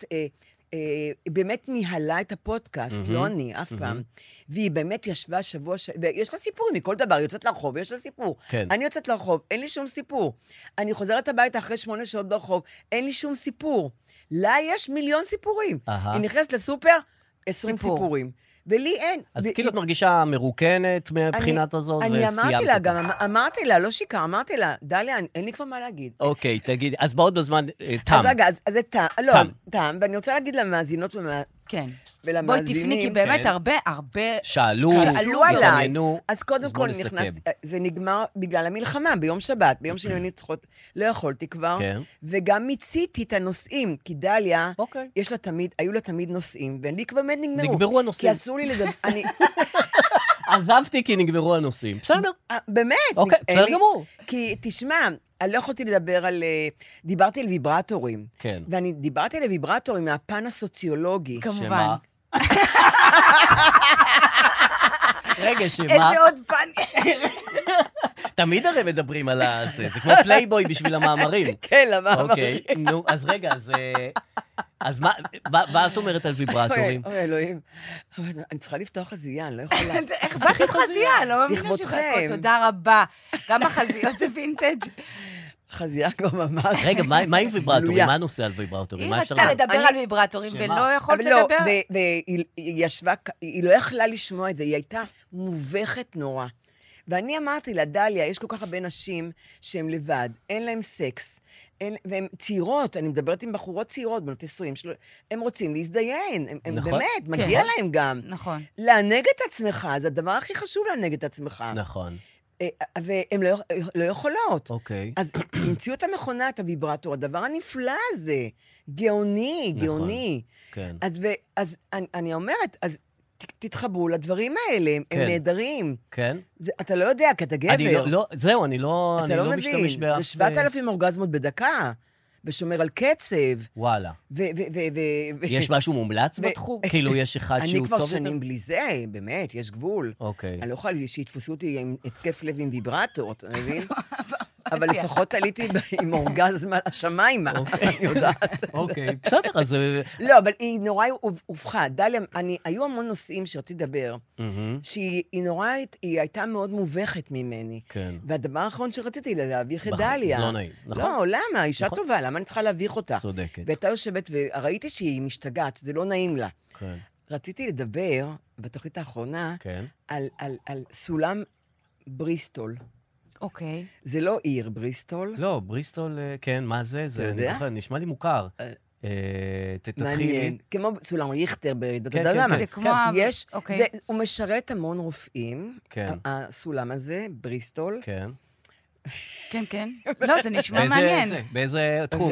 [SPEAKER 4] באמת ניהלה את הפודקאסט, לא אני, אף פעם. והיא באמת ישבה שבוע, ויש לה סיפורים מכל דבר, היא יוצאת לרחוב, יש לה סיפור. אני יוצאת לרחוב, אין לי שום סיפור. אני חוזרת הביתה אחרי 8 שעות ברחוב, אין לי שום סיפור. לה יש מיליון סיפורים. היא נכנסת לסופר, 20 סיפורים. ולי אין.
[SPEAKER 2] אז כאילו את מרגישה מרוקנת מבחינת הזאת,
[SPEAKER 4] אני אמרתי לה גם, אמרתי לה, לא שיקר, אמרתי לה, דליה, אין לי כבר מה להגיד.
[SPEAKER 2] אוקיי, תגידי, אז באות בזמן, תם.
[SPEAKER 4] אז רגע, אז זה תם, לא, תם, ואני רוצה להגיד למאזינות
[SPEAKER 3] כן.
[SPEAKER 4] ולמאזינים.
[SPEAKER 3] בואי תפני, כי באמת הרבה...
[SPEAKER 2] שאלו
[SPEAKER 4] עליי. אז קודם כל נכנס, זה נגמר בגלל המלחמה, ביום שבת, ביום שני אני צריכות, לא יכולתי כבר, וגם מיציתי את הנושאים, כי דליה, יש לה תמיד, היו לה תמיד נושאים, ולי כבר באמת נגמרו.
[SPEAKER 2] נגמרו הנושאים.
[SPEAKER 4] כי אסור לי לדבר,
[SPEAKER 2] עזבתי כי נגמרו הנושאים. בסדר.
[SPEAKER 4] באמת.
[SPEAKER 2] אוקיי, בסדר גמור.
[SPEAKER 4] כי תשמע, אני לא יכולתי לדבר על... דיברתי על ויברטורים.
[SPEAKER 2] כן.
[SPEAKER 4] ואני דיברתי על ויברטורים מהפן הסוציולוגי.
[SPEAKER 3] כמובן.
[SPEAKER 2] רגע, שמה?
[SPEAKER 3] איזה עוד פן?
[SPEAKER 2] תמיד הרי מדברים על זה. זה כמו פלייבוי בשביל המאמרים.
[SPEAKER 4] כן, למאמרים.
[SPEAKER 2] אוקיי, נו, אז רגע, אז מה את אומרת על ויברטורים?
[SPEAKER 4] אוי, אלוהים. אני צריכה לפתוח חזייה, אני לא יכולה.
[SPEAKER 3] איך באת עם חזייה? לא מאמינה שחכות. תודה רבה. גם החזיות זה וינטג'.
[SPEAKER 4] חזייה כבר ממש...
[SPEAKER 2] רגע, מה עם ויברטורים? מה הנושא על ויברטורים?
[SPEAKER 3] היא רצתה לדבר על ויברטורים, ולא יכולת לדבר.
[SPEAKER 4] והיא ישבה, היא לא יכלה לשמוע את זה, היא הייתה מובכת נורא. ואני אמרתי לה, דליה, יש כל כך הרבה נשים שהן לבד, אין להן סקס, והן צעירות, אני מדברת עם בחורות צעירות, בנות 20, הם רוצים להזדיין, הם באמת, מגיע להם גם.
[SPEAKER 3] נכון.
[SPEAKER 4] לענג את עצמך, זה הדבר הכי חשוב לענג את עצמך.
[SPEAKER 2] נכון.
[SPEAKER 4] והן לא יכולות.
[SPEAKER 2] אוקיי.
[SPEAKER 4] אז המציאו את המכונה, את הוויברטור, הדבר הנפלא הזה, גאוני, גאוני.
[SPEAKER 2] כן.
[SPEAKER 4] אז אני אומרת, אז תתחברו לדברים האלה, הם נהדרים.
[SPEAKER 2] כן.
[SPEAKER 4] אתה לא יודע, כי אתה גבר.
[SPEAKER 2] זהו, אני לא משתמש באף...
[SPEAKER 4] זה 7,000 אורגזמות בדקה, ושומר על קצב.
[SPEAKER 2] וואלה. יש משהו מומלץ בתחום? כאילו, יש אחד שהוא טוב יותר?
[SPEAKER 4] אני כבר שנים בלי זה, באמת, יש גבול.
[SPEAKER 2] אוקיי.
[SPEAKER 4] אני לא יכולה שיתפסו אותי עם התקף לב עם ויברטור, אתה מבין? אבל לפחות עליתי עם אורגזמה השמיים, אני יודעת.
[SPEAKER 2] אוקיי, בסדר, אז...
[SPEAKER 4] לא, אבל היא נורא הופכה. דליה, היו המון נושאים שרציתי לדבר, שהיא נורא, היא הייתה מאוד מובכת ממני.
[SPEAKER 2] כן.
[SPEAKER 4] והדבר האחרון שרציתי, להביך את דליה.
[SPEAKER 2] לא נעים, נכון?
[SPEAKER 4] לא, למה? אישה טובה, למה אני צריכה להביך אותה?
[SPEAKER 2] צודקת.
[SPEAKER 4] והייתה יושבת, וראיתי שהיא משתגעת, שזה לא נעים לה.
[SPEAKER 2] כן.
[SPEAKER 4] רציתי לדבר, בתוכנית האחרונה, על סולם בריסטול.
[SPEAKER 3] אוקיי.
[SPEAKER 4] זה לא עיר, בריסטול.
[SPEAKER 2] לא, בריסטול, כן, מה זה?
[SPEAKER 4] אתה יודע?
[SPEAKER 2] אני זוכר, נשמע לי מוכר.
[SPEAKER 4] מעניין. כמו סולם ריכטר, אתה יודע
[SPEAKER 2] כן,
[SPEAKER 4] מה?
[SPEAKER 3] זה כמו... אוקיי.
[SPEAKER 4] הוא משרת המון רופאים,
[SPEAKER 2] כן.
[SPEAKER 4] הסולם הזה, בריסטול.
[SPEAKER 2] כן.
[SPEAKER 3] כן, כן. לא, זה נשמע מעניין.
[SPEAKER 2] באיזה תחום?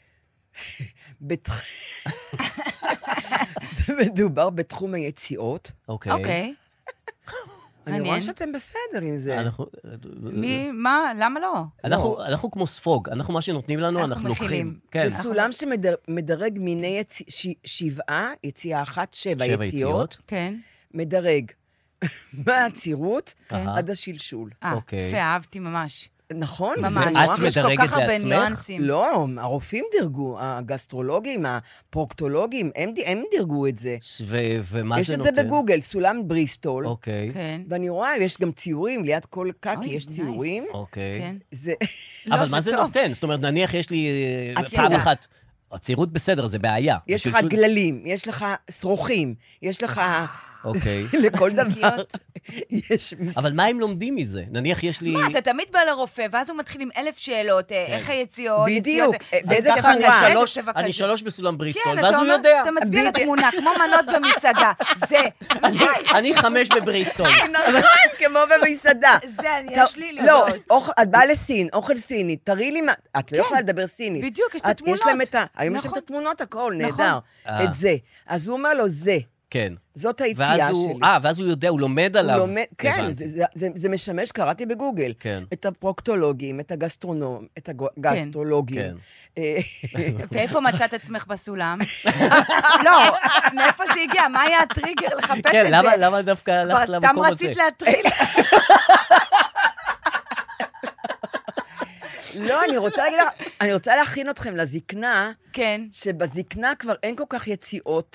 [SPEAKER 4] זה מדובר בתחום היציאות.
[SPEAKER 3] אוקיי.
[SPEAKER 4] אני רואה שאתם בסדר עם זה.
[SPEAKER 3] מה? למה לא?
[SPEAKER 2] אנחנו כמו ספוג, מה שנותנים לנו, אנחנו לוקחים.
[SPEAKER 4] זה סולם שמדרג מיני 7, יציאה 1, 7 יציאות.
[SPEAKER 3] כן.
[SPEAKER 4] מדרג מהעצירות עד השלשול.
[SPEAKER 2] אוקיי.
[SPEAKER 3] ואהבתי ממש.
[SPEAKER 4] נכון.
[SPEAKER 3] ממש.
[SPEAKER 2] את מדרגת לעצמך?
[SPEAKER 4] לא, הרופאים דירגו, הגסטרולוגים, הפרוקטולוגים, הם דירגו את זה.
[SPEAKER 2] ומה זה נותן?
[SPEAKER 4] יש את זה בגוגל, סולם בריסטול.
[SPEAKER 2] אוקיי.
[SPEAKER 4] ואני רואה, יש גם ציורים, ליד כל קקי יש ציורים.
[SPEAKER 2] אוקיי.
[SPEAKER 4] אבל
[SPEAKER 2] מה זה נותן? זאת אומרת, נניח יש לי פעם אחת... הצירות בסדר, זה בעיה.
[SPEAKER 4] יש לך גללים, יש לך שרוכים, יש לך...
[SPEAKER 2] אוקיי.
[SPEAKER 4] לכל דבר.
[SPEAKER 2] אבל מה הם לומדים מזה? נניח יש לי...
[SPEAKER 3] מה, אתה תמיד בא לרופא, ואז הוא מתחיל עם 1,000 שאלות, איך היציאות...
[SPEAKER 4] בדיוק.
[SPEAKER 3] באיזה צבע כזה?
[SPEAKER 2] אני 3 בסולם בריסטול, ואז הוא יודע.
[SPEAKER 3] אתה מצביע לתמונה, כמו מנות במסעדה. זה.
[SPEAKER 2] אני 5 בבריסטול.
[SPEAKER 4] נכון, כמו במסעדה.
[SPEAKER 3] זה, יש לי לראות.
[SPEAKER 4] לא, את באה לסין, אוכל סיני, תראי לי מה... את לא יכולה לדבר סינית.
[SPEAKER 3] בדיוק, יש את התמונות.
[SPEAKER 4] היום יש להם את התמונות, הכל, נהדר. את זה. אז הוא אומר לו, זה.
[SPEAKER 2] כן.
[SPEAKER 4] זאת היציאה שלי.
[SPEAKER 2] ואז הוא יודע, הוא לומד עליו.
[SPEAKER 4] כן, זה משמש, קראתי בגוגל.
[SPEAKER 2] כן.
[SPEAKER 4] את הפרוקטולוגים, את הגסטרולוגים.
[SPEAKER 3] ואיפה מצאת עצמך בסולם? לא, מאיפה זה הגיע? מה היה הטריגר לחפש את זה?
[SPEAKER 2] כן, למה דווקא הלך למקום הזה?
[SPEAKER 3] כבר סתם רצית להטריל.
[SPEAKER 4] לא, אני רוצה להכין אתכם לזקנה,
[SPEAKER 3] כן.
[SPEAKER 4] שבזקנה כבר אין כל כך יציאות,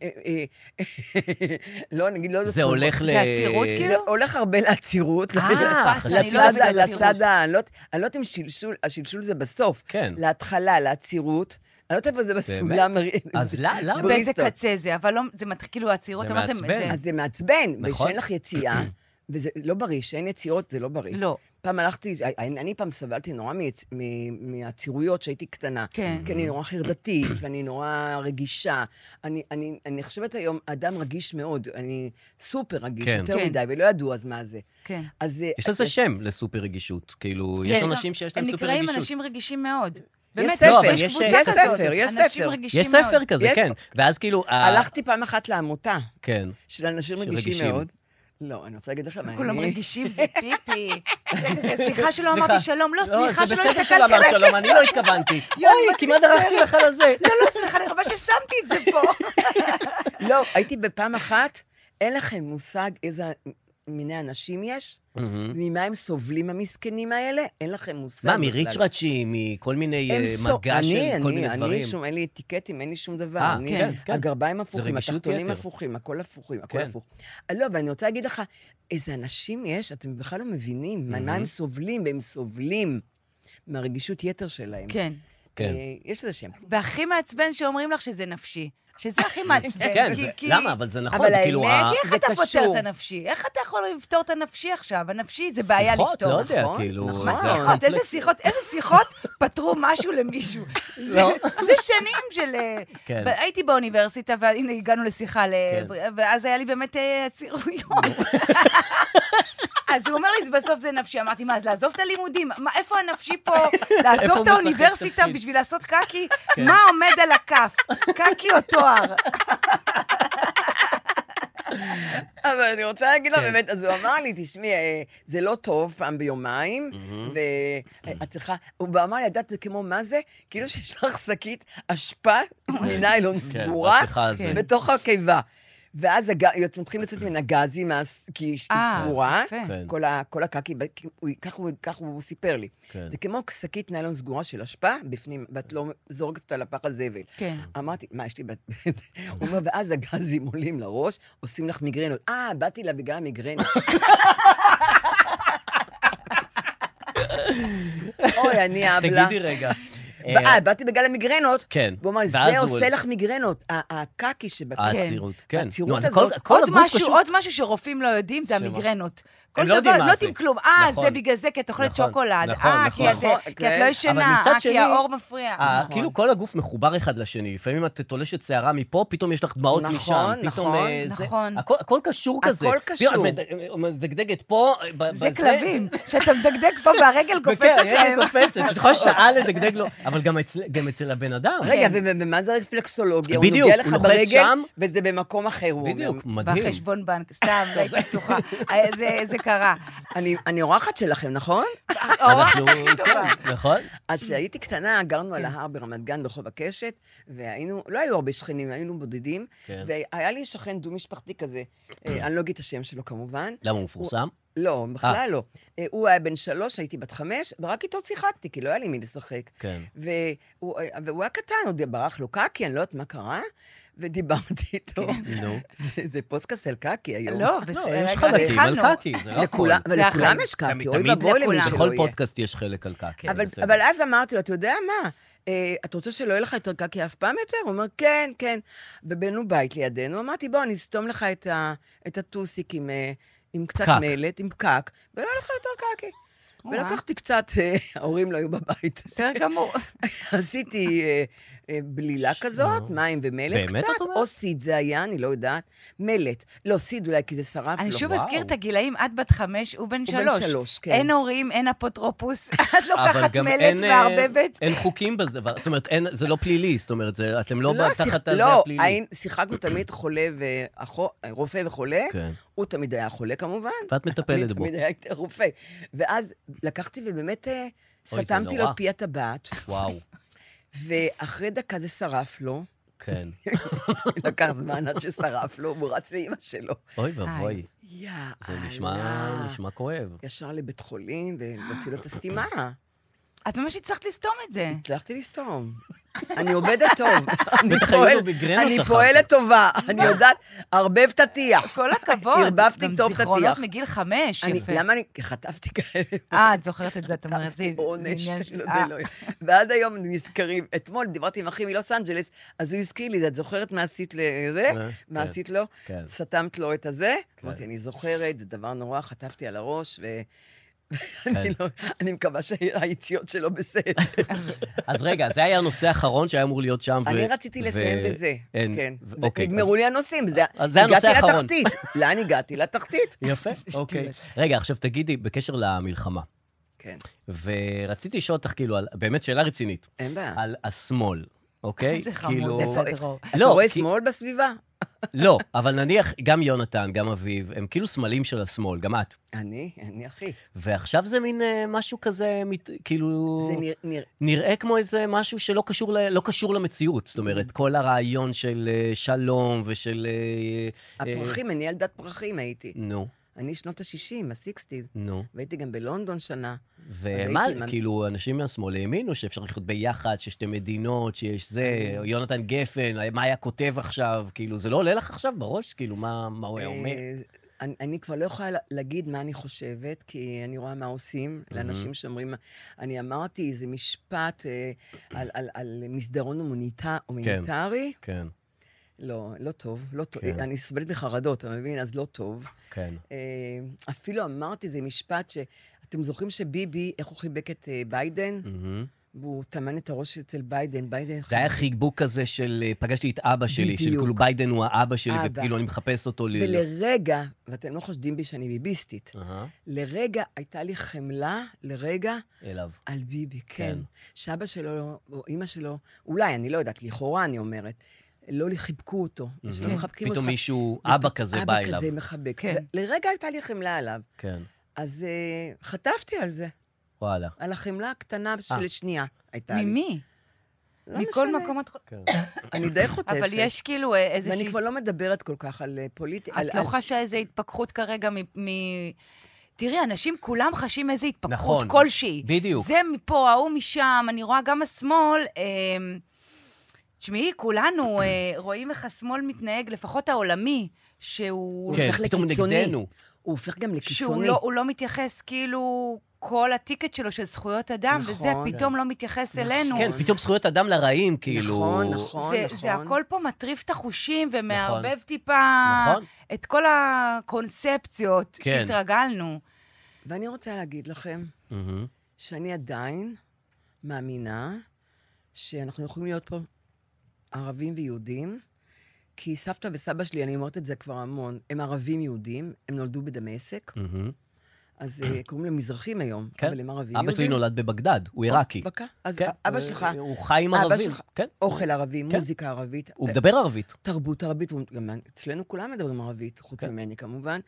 [SPEAKER 4] לא, נגיד, לא...
[SPEAKER 2] זה הולך
[SPEAKER 3] זה עצירות כאילו?
[SPEAKER 4] זה הולך הרבה לעצירות. לצד אני לא יודעת אם השלשול זה בסוף.
[SPEAKER 2] כן.
[SPEAKER 4] להתחלה, לעצירות. אני לא יודעת איפה זה בסולם.
[SPEAKER 2] אז למה?
[SPEAKER 3] באיזה קצה זה, אבל זה מתחיל כאילו העצירות.
[SPEAKER 2] זה מעצבן.
[SPEAKER 4] אז זה מעצבן,
[SPEAKER 2] נכון.
[SPEAKER 4] ושאין לך יציאה, וזה לא בריא, שאין יציאות זה לא בריא.
[SPEAKER 3] לא.
[SPEAKER 4] פעם אני פעם סבלתי נורא מהצירויות שהייתי קטנה.
[SPEAKER 3] כן.
[SPEAKER 4] כי אני נורא חרדתית, ואני נורא רגישה. אני חושבת היום, אדם רגיש מאוד, אני סופר רגיש, יותר מדי, ולא ידעו אז מה זה.
[SPEAKER 3] כן.
[SPEAKER 2] יש לזה שם לסופר רגישות. כאילו, יש אנשים שיש להם סופר רגישות.
[SPEAKER 3] הם נקראים אנשים רגישים מאוד.
[SPEAKER 4] יש ספר.
[SPEAKER 2] יש ספר כזה, כן. ואז כאילו...
[SPEAKER 4] הלכתי פעם אחת לעמותה.
[SPEAKER 2] כן.
[SPEAKER 4] של אנשים רגישים מאוד. לא, אני רוצה להגיד לכם,
[SPEAKER 3] כולם רגישים, זה פיפי. סליחה שלא אמרתי שלום, לא, סליחה שלא
[SPEAKER 2] הסתכלתי. זה בסדר שלא
[SPEAKER 3] עליך.
[SPEAKER 2] אמרת שלום, אני לא התכוונתי. אוי, כמעט דרכתי לך לזה.
[SPEAKER 3] לא, סליחה, אני חבל ששמתי את זה פה.
[SPEAKER 4] לא, הייתי בפעם אחת, אין לכם מושג איזה מיני אנשים יש, ממה הם סובלים המסכנים האלה, אין לכם מושג.
[SPEAKER 2] מה, מריצ'רצ'י, מכל מיני מגע של כל מיני דברים?
[SPEAKER 4] אין לי אתיקטים, אין לי שום דבר. הגרביים הפוכים, התחתונים הפוכים, הכל הפוכים, הכל הפוך. לא, ואני רוצה להגיד לך, איזה אנשים יש, אתם בכלל לא מבינים, מה הם סובלים, והם סובלים. מהרגישות יתר שלהם.
[SPEAKER 3] כן.
[SPEAKER 4] יש לזה שם.
[SPEAKER 3] והכי מעצבן שאומרים לך שזה נפשי. שזה הכי מעצבן.
[SPEAKER 2] כן, למה? אבל זה נכון, זה כאילו...
[SPEAKER 3] אבל האמת, איך אתה פותר את הנפשי? איך אתה יכול לפתור את הנפשי עכשיו? הנפשי זה בעיה לפתור.
[SPEAKER 2] שיחות, לא יודע, כאילו...
[SPEAKER 3] נכון, איזה שיחות פתרו משהו למישהו. זה שנים של... הייתי באוניברסיטה, והנה הגענו לשיחה, ואז היה לי באמת צירויות. אז הוא אומר לי, בסוף זה נפשי. אמרתי, מה, אז לעזוב את הלימודים? איפה הנפשי פה? לעזוב את האוניברסיטה בשביל לעשות קקי? מה עומד על הכף? קקי או תואר?
[SPEAKER 4] אבל אני רוצה להגיד לו באמת, אז הוא אמר לי, תשמעי, זה לא טוב פעם ביומיים, ואת צריכה, הוא אמר לי, ידעת זה כמו מה זה? כאילו שיש לך שקית אשפה מניילון סגורה בתוך הקיבה. ואז מתחילים לצאת מן הגזים, כי היא סגורה, כל הקקי, כך הוא סיפר לי. זה כמו שקית ניילון סגורה של אשפה, בפנים, ואת לא זורקת אותה לפח הזבל. אמרתי, מה, יש לי... הוא אומר, ואז הגזים עולים לראש, עושים לך מיגרנות. באתי לה בגלל המיגרנות. אוי, אני אבלה.
[SPEAKER 2] תגידי רגע.
[SPEAKER 4] באתי בגלל המיגרנות.
[SPEAKER 2] כן.
[SPEAKER 4] והוא אמר, זה עושה לך מיגרנות. הקקי שבקק.
[SPEAKER 2] העצירות, כן.
[SPEAKER 4] העצירות הזאת.
[SPEAKER 3] עוד משהו שרופאים לא יודעים, זה המיגרנות.
[SPEAKER 2] הם לא יודעים מה זה.
[SPEAKER 3] לא יודעים כלום. זה בגלל זה, כי את אוכלת שוקולד. כי את לא ישנה. כי האור מפריע.
[SPEAKER 2] כאילו כל הגוף מחובר אחד לשני. לפעמים את תולשת שערה מפה, פתאום יש לך דמעות משם.
[SPEAKER 3] נכון.
[SPEAKER 2] הכל קשור כזה.
[SPEAKER 4] הכל קשור.
[SPEAKER 2] מדגדגת פה,
[SPEAKER 3] זה כלבים. שאתה מדגדג פה והרגל קופצת להם.
[SPEAKER 2] את יכולה שעה לדגדג לו. אבל גם אצל הבן אדם.
[SPEAKER 4] רגע, ומה זה רפלקסולוגיה? הוא נוגע לך ברגל, וזה במקום אחר.
[SPEAKER 2] בדיוק, מדהים.
[SPEAKER 3] בחשבון בנק, סתם, הייתי פתוחה. זה קרה.
[SPEAKER 4] אני אורחת שלכם, נכון?
[SPEAKER 3] אורחת הכי טובה.
[SPEAKER 2] נכון.
[SPEAKER 4] אז כשהייתי קטנה, גרנו על ההר ברמת גן, ברחוב הקשת, והיינו, לא היו הרבה שכנים, היינו בודדים, והיה לי שכן דו-משפחתי כזה. אני לא אגיד את השם שלו כמובן.
[SPEAKER 2] למה הוא מפורסם?
[SPEAKER 4] לא, בכלל לא. הוא היה בן 3, הייתי בת 5, ורק איתו שיחקתי, כי לא היה לי מי לשחק.
[SPEAKER 2] כן.
[SPEAKER 4] והוא היה קטן, עוד ברח לו קקי, אני לא יודעת מה קרה, ודיברתי איתו. זה פודקאסט על קקי היום.
[SPEAKER 3] לא, בסדר.
[SPEAKER 2] יש חלקים על קקי, זה לא הכל.
[SPEAKER 4] אבל לכולם יש קקי, אוי ובואי למי שלא יהיה.
[SPEAKER 2] בכל פודקאסט יש חלק על קקי.
[SPEAKER 4] אבל אז אמרתי לו, אתה יודע מה? את רוצה שלא יהיה לך יותר קקי אף פעם יותר? הוא אומר, כן, כן. ובנו בית לידינו, אמרתי, בוא, אני אסתום לך את הטוסיק עם קצת מלט, עם פקק, ולא יהיה לך יותר קקי. ולקחתי קצת, ההורים לא היו בבית.
[SPEAKER 3] בסדר גמור.
[SPEAKER 4] עשיתי בלילה כזאת, מים ומלט קצת, או סיד זה היה, אני לא יודעת, מלט. לא, סיד אולי, כי זה שרף.
[SPEAKER 3] אני שוב אזכיר את הגילאים, את בת 5, הוא בן 3.
[SPEAKER 4] הוא בן 3, כן.
[SPEAKER 3] אין הורים, אין אפוטרופוס, את לוקחת מלט מערבבת.
[SPEAKER 2] אין חוקים בזה, זאת אומרת, זה לא פלילי, זאת אומרת, אתם לא תחת הזה
[SPEAKER 4] הפלילי.
[SPEAKER 2] הפלילי.
[SPEAKER 4] לא, שיחקנו תמיד חולה רופא וחולה, הוא תמיד היה חולה כמובן.
[SPEAKER 2] ואת מטפלת בו.
[SPEAKER 4] אני תמיד הייתי רופא. ואז לקחתי ובאמת סתמתי לו פי הטבעת.
[SPEAKER 2] וואו.
[SPEAKER 4] ואחרי דקה זה שרף לו.
[SPEAKER 2] כן.
[SPEAKER 4] לקח זמן עד ששרף לו, הוא רץ לאמא שלו.
[SPEAKER 2] אוי ובואי.
[SPEAKER 4] יאללה.
[SPEAKER 2] זה נשמע כואב.
[SPEAKER 4] ישר לבית חולים ולהוציא לו את הסתימה.
[SPEAKER 3] את ממש הצלחת לסתום את זה.
[SPEAKER 4] הצלחתי לסתום. אני עובדת טוב. אני
[SPEAKER 2] פועלת
[SPEAKER 4] פועלת טובה. אני יודעת, ערבב תתיח.
[SPEAKER 3] כל הכבוד.
[SPEAKER 4] ערבבתי טוב תתיח.
[SPEAKER 3] גם זיכרונות מגיל 5, יפה.
[SPEAKER 4] למה אני חטפתי כאלה?
[SPEAKER 3] את זוכרת את זה, את אומרת.
[SPEAKER 4] חטפתי עונש. ועד היום נזכרים. אתמול דיברתי עם אחי מלוס אנג'לס, אז הוא הזכיר לי, את זוכרת מה עשית לזה? מה עשית לו? סתמת לו את הזה. אמרתי, אני זוכרת, זה דבר נורא, חטפתי על הראש, אני מקווה שהיציאות שלו בסדר.
[SPEAKER 2] אז רגע, זה היה הנושא האחרון שהיה אמור להיות שם.
[SPEAKER 4] אני רציתי לסיים בזה, כן.
[SPEAKER 2] אוקיי.
[SPEAKER 4] נגמרו לי הנושאים,
[SPEAKER 2] זה הנושא האחרון.
[SPEAKER 4] הגעתי לתחתית. לאן הגעתי? לתחתית.
[SPEAKER 2] יפה, אוקיי. רגע, עכשיו תגידי, בקשר למלחמה.
[SPEAKER 4] כן.
[SPEAKER 2] ורציתי לשאול אותך, כאילו, באמת שאלה רצינית.
[SPEAKER 4] אין בעיה.
[SPEAKER 2] על השמאל, אוקיי?
[SPEAKER 3] זה חמוד, דרור.
[SPEAKER 4] אתה רואה שמאל בסביבה?
[SPEAKER 2] לא, אבל נניח, גם יונתן, גם אביב, הם כאילו סמלים של השמאל, גם את.
[SPEAKER 4] אני אחי.
[SPEAKER 2] ועכשיו זה מין משהו כזה, כאילו... זה נראה כמו איזה משהו שלא קשור למציאות. זאת אומרת, כל הרעיון של שלום ושל...
[SPEAKER 4] הפרחים, אני ילדת פרחים הייתי.
[SPEAKER 2] נו.
[SPEAKER 4] אני שנות ה-60, ה-60.
[SPEAKER 2] נו.
[SPEAKER 4] והייתי גם בלונדון שנה.
[SPEAKER 2] ומה, כאילו, אנשים מהשמאל האמינו שאפשר לחיות ביחד, ששתי מדינות, שיש זה, יונתן גפן, מה היה כותב עכשיו, כאילו, זה לא עולה לך עכשיו בראש? כאילו, מה הוא היה אומר?
[SPEAKER 4] אני כבר לא יכולה להגיד מה אני חושבת, כי אני רואה מה עושים לאנשים שאומרים, אני אמרתי איזה משפט על מסדרון הומניטרי.
[SPEAKER 2] כן.
[SPEAKER 4] לא טוב, לא טוב. אני סובלת בחרדות, אתה מבין? אז לא טוב.
[SPEAKER 2] כן.
[SPEAKER 4] אפילו אמרתי, זה משפט שאתם זוכרים שביבי, איך הוא חיבק את ביידן? והוא טמן את הראש אצל ביידן.
[SPEAKER 2] זה היה חיבוק כזה של, פגשתי את אבא שלי, שכאילו ביידן הוא האבא שלי, וכאילו אני מחפש אותו.
[SPEAKER 4] ולרגע, ואתם לא חושדים בי שאני ביביסטית, לרגע הייתה לי חמלה,
[SPEAKER 2] אליו.
[SPEAKER 4] על ביבי, כן. שאבא שלו, או אמא שלו, אולי, אני לא יודעת, לכאורה אני אומרת, לא חיבקו אותו.
[SPEAKER 2] פתאום מישהו, אבא כזה בא אליו.
[SPEAKER 4] אבא כזה מחבק. לרגע הייתה לי חמלה עליו.
[SPEAKER 2] כן.
[SPEAKER 4] אז חטפתי על זה.
[SPEAKER 2] וואלה.
[SPEAKER 4] על החמלה הקטנה של שנייה הייתה לי.
[SPEAKER 3] ממי? מכל מקום את...
[SPEAKER 4] אני די חוטפת.
[SPEAKER 3] אבל יש כאילו איזושהי...
[SPEAKER 4] ואני כבר לא מדברת כל כך על פוליטיקה.
[SPEAKER 3] את לא חשה איזו התפכחות כרגע תראי, אנשים כולם חשים איזו התפכחות כלשהי.
[SPEAKER 2] בדיוק.
[SPEAKER 3] זה מפה, ההוא משם, אני רואה גם השמאל... תשמעי, כולנו רואים איך השמאל מתנהג, לפחות העולמי, שהוא
[SPEAKER 2] הופך לקיצוני.
[SPEAKER 4] הוא הופך גם לקיצוני.
[SPEAKER 3] שהוא לא מתייחס כאילו כל הטיקט שלו של זכויות אדם, וזה פתאום לא מתייחס אלינו.
[SPEAKER 2] כן, פתאום זכויות אדם לרעים, כאילו.
[SPEAKER 4] נכון.
[SPEAKER 3] זה הכל פה מטריף את החושים, ומערבב טיפה את כל הקונספציות שהתרגלנו.
[SPEAKER 4] ואני רוצה להגיד לכם, שאני עדיין מאמינה שאנחנו יכולים להיות פה ערבים ויהודים, כי סבתא וסבא שלי, אני אומרת את זה כבר המון, הם ערבים יהודים, הם נולדו בדמשק, אז קוראים להם מזרחים היום, אבל הם ערבים יהודים.
[SPEAKER 2] אבא שלי נולד בבגדד, הוא עיראקי.
[SPEAKER 4] אז אבא שלך...
[SPEAKER 2] הוא חי עם ערבים.
[SPEAKER 4] אוכל ערבי, מוזיקה ערבית.
[SPEAKER 2] הוא מדבר ערבית.
[SPEAKER 4] תרבות ערבית, אצלנו כולם מדברים ערבית, חוץ ממני כמובן.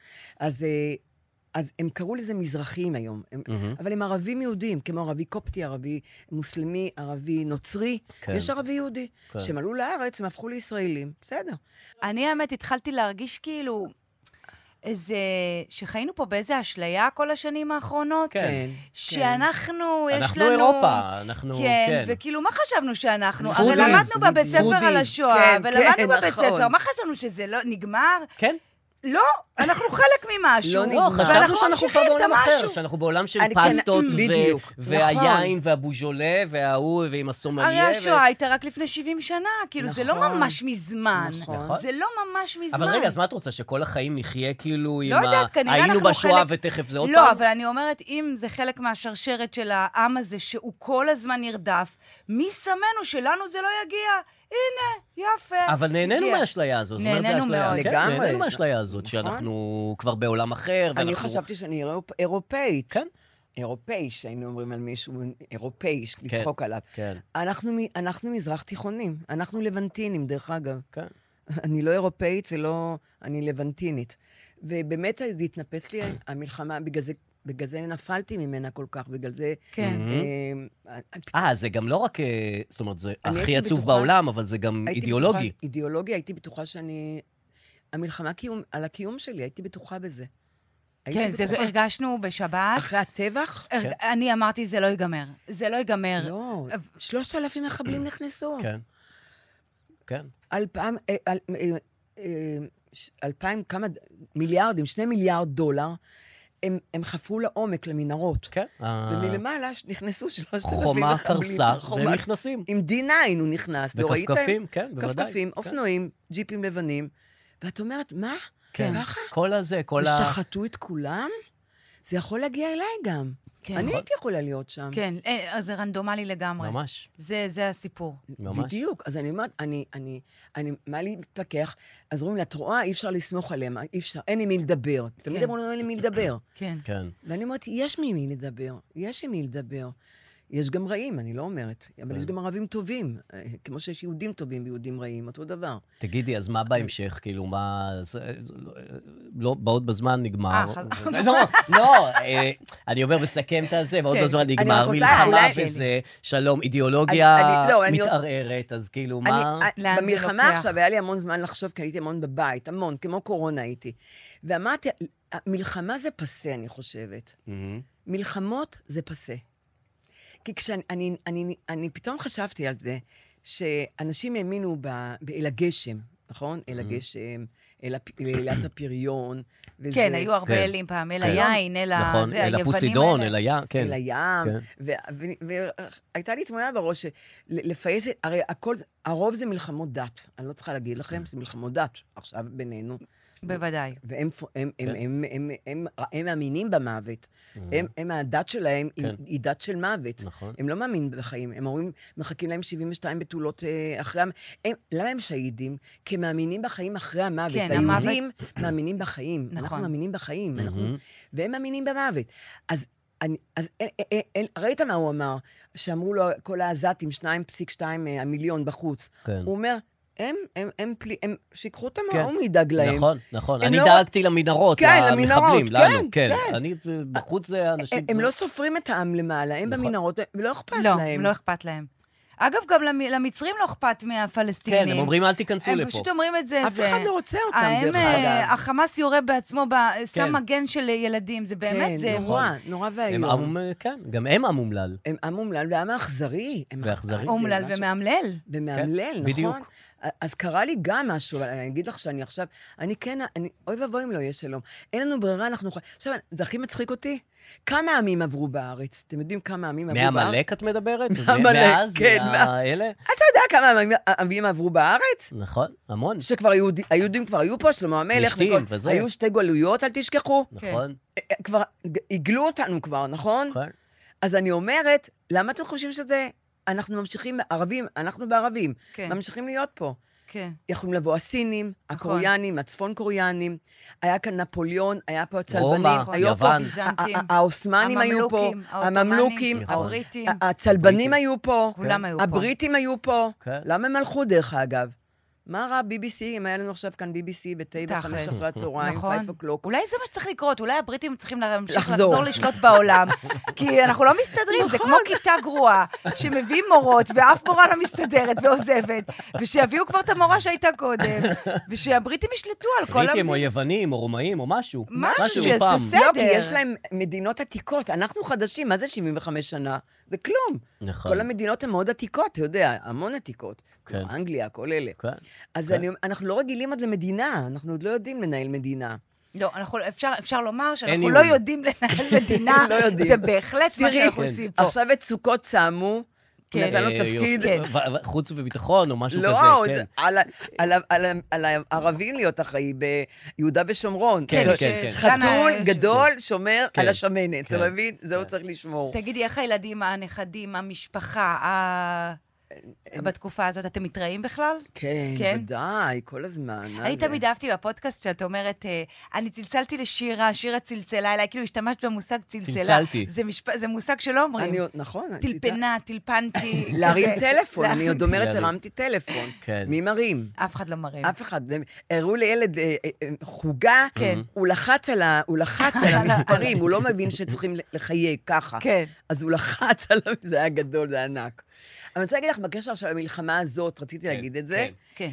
[SPEAKER 4] אז הם קראו לזה מזרחים היום, אבל הם ערבים יהודים, כמו ערבי קופטי, ערבי מוסלמי, ערבי נוצרי, יש ערבי יהודי. שהם עלו לארץ, הם הפכו לישראלים, בסדר.
[SPEAKER 3] אני האמת התחלתי להרגיש כאילו, שחיינו פה באיזה אשליה כל השנים האחרונות, שאנחנו, יש לנו...
[SPEAKER 2] אנחנו אירופה, אנחנו...
[SPEAKER 3] כן, וכאילו, מה חשבנו שאנחנו? הרי למדנו בבית ספר על השואה, ולמדנו בבית ספר, מה חשבנו שזה לא נגמר?
[SPEAKER 2] כן.
[SPEAKER 3] לא, אנחנו חלק ממשהו.
[SPEAKER 2] לא, חשבנו שאנחנו כבר בעולם אחר, שאנחנו בעולם של פסטות והיין והבוז'ולה וההוא ועם הסומליה.
[SPEAKER 3] הרי השואה הייתה רק לפני 70 שנה, כאילו זה לא ממש מזמן. זה לא ממש מזמן.
[SPEAKER 2] אבל רגע, אז מה את רוצה, שכל החיים נחיה כאילו עם
[SPEAKER 3] היינו
[SPEAKER 2] בשואה ותכף זה עוד פעם?
[SPEAKER 3] לא, אבל אני אומרת, אם זה חלק מהשרשרת של העם הזה, שהוא כל הזמן נרדף, מי שמנו שלנו זה לא יגיע? הנה, יפה.
[SPEAKER 2] אבל נהנינו מהאשליה הזאת.
[SPEAKER 3] נהנינו מאוד.
[SPEAKER 4] לגמרי.
[SPEAKER 2] נהנינו מהאשליה הזאת, שאנחנו כבר בעולם אחר.
[SPEAKER 4] אני חשבתי שאני אירופאית. כן. אירופאי, שהיינו אומרים על מישהו, אירופאי, לצחוק עליו. אנחנו מזרח תיכונים, אנחנו לבנטינים, דרך אגב. כן. אני לא אירופאית ולא, אני לבנטינית. ובאמת זה התנפץ לי המלחמה, בגלל זה נפלתי ממנה כל כך, בגלל זה...
[SPEAKER 3] כן.
[SPEAKER 2] זה גם לא רק, זאת אומרת, זה הכי עצוב בעולם, אבל זה גם אידיאולוגי.
[SPEAKER 4] אידיאולוגי, הייתי בטוחה שאני... המלחמה על הקיום שלי, הייתי בטוחה בזה.
[SPEAKER 3] כן, זה הרגשנו בשבת.
[SPEAKER 4] אחרי הטבח?
[SPEAKER 3] אני אמרתי, זה לא ייגמר. זה לא ייגמר.
[SPEAKER 4] לא, 3,000 מחבלים נכנסו.
[SPEAKER 2] כן. כן.
[SPEAKER 4] 2,000, כמה מיליארדים, 2 מיליארד דולר, הם חפרו לעומק, למנהרות.
[SPEAKER 2] כן.
[SPEAKER 4] ומלמעלה נכנסו 3,000 מחבלים.
[SPEAKER 2] חומה קרסה, והם נכנסים.
[SPEAKER 4] עם D9 הוא נכנס.
[SPEAKER 2] וכפכפים, כן, בוודאי.
[SPEAKER 4] כפכפים, אופנועים, ג'יפים לבנים. ואת אומרת, מה?
[SPEAKER 2] כן.
[SPEAKER 4] ככה?
[SPEAKER 2] כל הזה,
[SPEAKER 4] ושחטו את כולם? זה יכול להגיע אליי גם. אני הייתי יכולה להיות שם.
[SPEAKER 3] כן, אז זה רנדומלי לגמרי.
[SPEAKER 2] ממש.
[SPEAKER 3] זה הסיפור.
[SPEAKER 2] ממש.
[SPEAKER 4] בדיוק. אז אני אומרת, מה לי מתפקח? אז אומרים לה, את רואה, אי אפשר לסמוך עליהם, אי אפשר, אין עם מי לדבר. תמיד אמרנו, אין לי מי לדבר.
[SPEAKER 3] כן.
[SPEAKER 4] ואני אומרת, יש מי לדבר, יש עם מי לדבר. יש גם רעים, אני לא אומרת, אבל יש גם ערבים טובים, כמו שיש יהודים טובים ויהודים רעים, אותו דבר.
[SPEAKER 2] תגידי, אז מה בהמשך? כאילו, מה... לא, בעוד בזמן נגמר. לא, אני אומר, מסכם את זה, בעוד בזמן נגמר, מלחמה וזה, שלום, אידיאולוגיה מתערערת, אז כאילו, מה...
[SPEAKER 4] במלחמה עכשיו היה לי המון זמן לחשוב, כי הייתי המון בבית, המון, כמו קורונה הייתי. ואמרתי, מלחמה זה פסה, אני חושבת. מלחמות זה פסה. כי כשאני פתאום חשבתי על זה, שאנשים האמינו אל הגשם, נכון? אל הגשם, אל הפריון.
[SPEAKER 3] כן, היו הרבה אלים פעם, אל היין, אל
[SPEAKER 2] נכון, אל הפוסידון, אל הים, כן.
[SPEAKER 4] אל הים. והייתה לי תמונה בראש לפייס, הרי הרוב זה מלחמות דת. אני לא צריכה להגיד לכם, זה מלחמות דת, עכשיו בינינו.
[SPEAKER 3] בוודאי.
[SPEAKER 4] והם מאמינים במוות. הדת שלהם היא דת של מוות. הם לא מאמינים בחיים. הם אומרים, מחכים להם 72 בתולות אחרי... למה הם שהידים? כי הם מאמינים בחיים אחרי המוות. היהודים מאמינים בחיים. אנחנו מאמינים בחיים. והם מאמינים במוות. אז ראית מה הוא אמר? שאמרו לו כל העזתים, 2.2 המיליון בחוץ. הוא אומר... הם שיקחו אותם, הוא ידאג להם.
[SPEAKER 2] נכון, נכון. אני דאגתי למנהרות, למחבלים, לנו, כן. אני, בחוץ זה אנשים...
[SPEAKER 4] הם לא סופרים את העם למעלה, הם במנהרות, ולא אכפת להם.
[SPEAKER 3] לא אכפת להם. אגב, גם למצרים לא אכפת מהפלסטינים.
[SPEAKER 2] כן, הם אומרים, אל תיכנסו לפה.
[SPEAKER 3] הם פשוט אומרים את זה.
[SPEAKER 4] אף אחד לא רוצה אותם, דרך אגב.
[SPEAKER 3] החמאס יורה בעצמו, שם מגן של ילדים, זה באמת, זה...
[SPEAKER 4] כן, נורא והיום.
[SPEAKER 2] כן, גם הם עם אומלל.
[SPEAKER 4] הם עם אומלל, והעם האכזרי.
[SPEAKER 3] אומלל ומאמלל.
[SPEAKER 4] ומאמלל, נכון. אז קרה לי גם משהו, אבל אני אגיד לך שאני עכשיו, אוי ואבוי אם לא יהיה שלום. אין לנו ברירה, אנחנו... עכשיו, זה הכי מצחיק אותי. כמה עמים עברו בארץ? אתם יודעים כמה עמים עברו בארץ?
[SPEAKER 2] מהמלך את מדברת?
[SPEAKER 4] מהמלך, כן.
[SPEAKER 2] מהאלה?
[SPEAKER 4] אתה יודע כמה עמים עברו בארץ?
[SPEAKER 2] נכון, המון.
[SPEAKER 4] שכבר היהודים כבר היו פה, שלמה המלך. היו שתי גלויות, אל תשכחו.
[SPEAKER 2] נכון.
[SPEAKER 4] כבר הגלו אותנו כבר, נכון?
[SPEAKER 2] נכון.
[SPEAKER 4] אז אני אומרת, למה אתם חושבים שזה... אנחנו ממשיכים, ערבים, אנחנו בערבים, ממשיכים להיות פה.
[SPEAKER 3] כן.
[SPEAKER 4] יכולים לבוא הסינים, הקוריאנים, הצפון קוריאנים, היה כאן נפוליאון, היה פה הצלבנים,
[SPEAKER 2] רומא, יוון.
[SPEAKER 4] האוסמנים היו פה, הממלוכים,
[SPEAKER 3] הבריטים,
[SPEAKER 4] הצלבנים היו פה,
[SPEAKER 3] כולם היו פה.
[SPEAKER 4] הבריטים היו פה. למה הם הלכו דרך אגב? מה רע BBC, אם היה לנו עכשיו כאן BBC ב-9:05 אחרי הצהריים, 5 o'clock.
[SPEAKER 3] אולי זה מה שצריך לקרות, אולי הבריטים צריכים לחזור לשלוט בעולם, כי אנחנו לא מסתדרים, זה כמו כיתה גרועה, שמביאים מורות, ואף מורה לא מסתדרת ועוזבת, ושיביאו כבר את המורה שהייתה קודם, ושהבריטים ישלטו על כל...
[SPEAKER 2] בריטים או יוונים או רומאים או משהו.
[SPEAKER 3] משהו, זה סדר.
[SPEAKER 4] לא, כי יש להם מדינות עתיקות, אנחנו חדשים, מה זה 75 שנה? זה כלום. כל המדינות הן מאוד עתיקות, אתה יודע, המון עתיקות. אנגליה, כל אלה. אז אנחנו לא רגילים עוד למדינה, אנחנו עוד לא יודעים לנהל מדינה.
[SPEAKER 3] לא, אפשר לומר שאנחנו לא יודעים לנהל מדינה, זה בהחלט מה שאנחנו עושים פה.
[SPEAKER 4] עכשיו את סוכות צעמו, נתן לו תפקיד.
[SPEAKER 2] חוץ וביטחון או משהו כזה.
[SPEAKER 4] לא, על הערבים להיות אחראי ביהודה ושומרון. חתול גדול שומר על השמנת, אתה מבין? זהו צריך לשמור.
[SPEAKER 3] תגידי, איך הילדים, הנכדים, המשפחה, בתקופה הזאת, אתם מתראים בכלל?
[SPEAKER 4] כן, ודאי, כל הזמן.
[SPEAKER 3] אני תמיד אהבתי בפודקאסט שאת אומרת, אני צלצלתי לשירה, שירה צלצלה אליי, כאילו השתמשת במושג צלצלה.
[SPEAKER 2] צלצלתי.
[SPEAKER 3] זה מושג שלא אומרים.
[SPEAKER 4] נכון.
[SPEAKER 3] טלפנה, טלפנתי.
[SPEAKER 4] להרים טלפון, אני עוד אומרת, הרמתי טלפון. מי מרים?
[SPEAKER 3] אף אחד לא מרים.
[SPEAKER 4] אף אחד. הראו לילד חוגה, הוא לחץ על המספרים, הוא לא מבין שצריכים לחייג ככה. אז הוא לחץ על זה, היה גדול, זה ענק. אני רוצה להגיד לך, בקשר של המלחמה הזאת, רציתי להגיד את זה,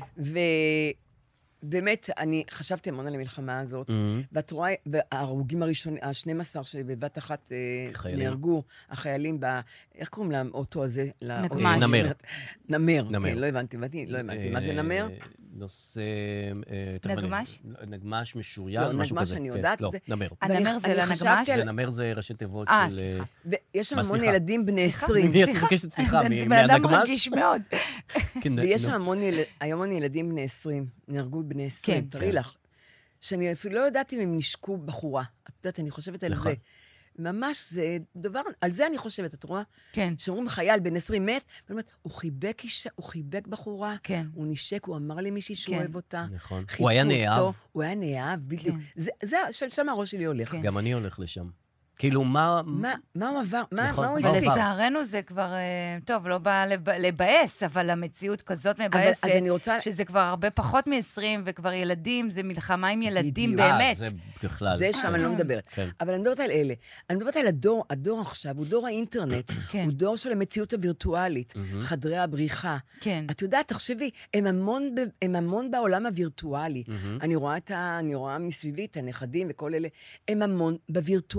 [SPEAKER 4] ובאמת, אני חשבתי המון על המלחמה הזאת, ואת רואה, וההרוגים הראשונים, ה-12 שבבת אחת נהרגו, החיילים, איך קוראים לאוטו הזה?
[SPEAKER 3] נגמש.
[SPEAKER 2] נמר.
[SPEAKER 4] כן, לא הבנתי, מה זה נמר?
[SPEAKER 2] נושא...
[SPEAKER 3] נגמש?
[SPEAKER 2] נגמש משוריין, משהו כזה.
[SPEAKER 4] נגמש, אני יודעת.
[SPEAKER 2] לא, נמר.
[SPEAKER 3] הנמר זה לנגמש?
[SPEAKER 2] נמר זה ראשי תיבות של...
[SPEAKER 4] ויש שם המון ילדים בני 20.
[SPEAKER 2] אני מבקשת סליחה, מהנגמש?
[SPEAKER 3] בן אדם רגיש מאוד.
[SPEAKER 4] ויש שם המון ילדים בני 20, נהרגו בני 20, תראי לך, שאני אפילו לא יודעת אם הם נשקו בחורה. את יודעת, אני חושבת על זה. ממש זה דבר, על זה אני חושבת, את רואה?
[SPEAKER 3] כן.
[SPEAKER 4] שאומרים חייל בן 20 מת, ואומרת, הוא חיבק בחורה, הוא נשק, הוא אמר למישהי שהוא אוהב אותה.
[SPEAKER 2] נכון. הוא היה נאהב.
[SPEAKER 4] הוא היה נאהב, בדיוק. זה, שם הראש שלי הולך.
[SPEAKER 2] גם אני הולך לשם. כאילו, מה
[SPEAKER 4] הוא עבר? מה הוא עשה?
[SPEAKER 3] לצערנו זה כבר, טוב, לא בא לבאס, אבל המציאות כזאת מבאסת, שזה כבר הרבה פחות מ-20, וכבר ילדים, זה מלחמה עם ילדים באמת.
[SPEAKER 2] זה בכלל.
[SPEAKER 4] זה שם אני לא מדברת. אבל אני מדברת על אלה. אני מדברת על הדור עכשיו, הוא דור האינטרנט, הוא דור של המציאות הווירטואלית, חדרי הבריחה. את יודעת, תחשבי, הם המון בעולם הווירטואלי. אני רואה מסביבי את הנכדים וכל אלה, הם המון בווירטואליות.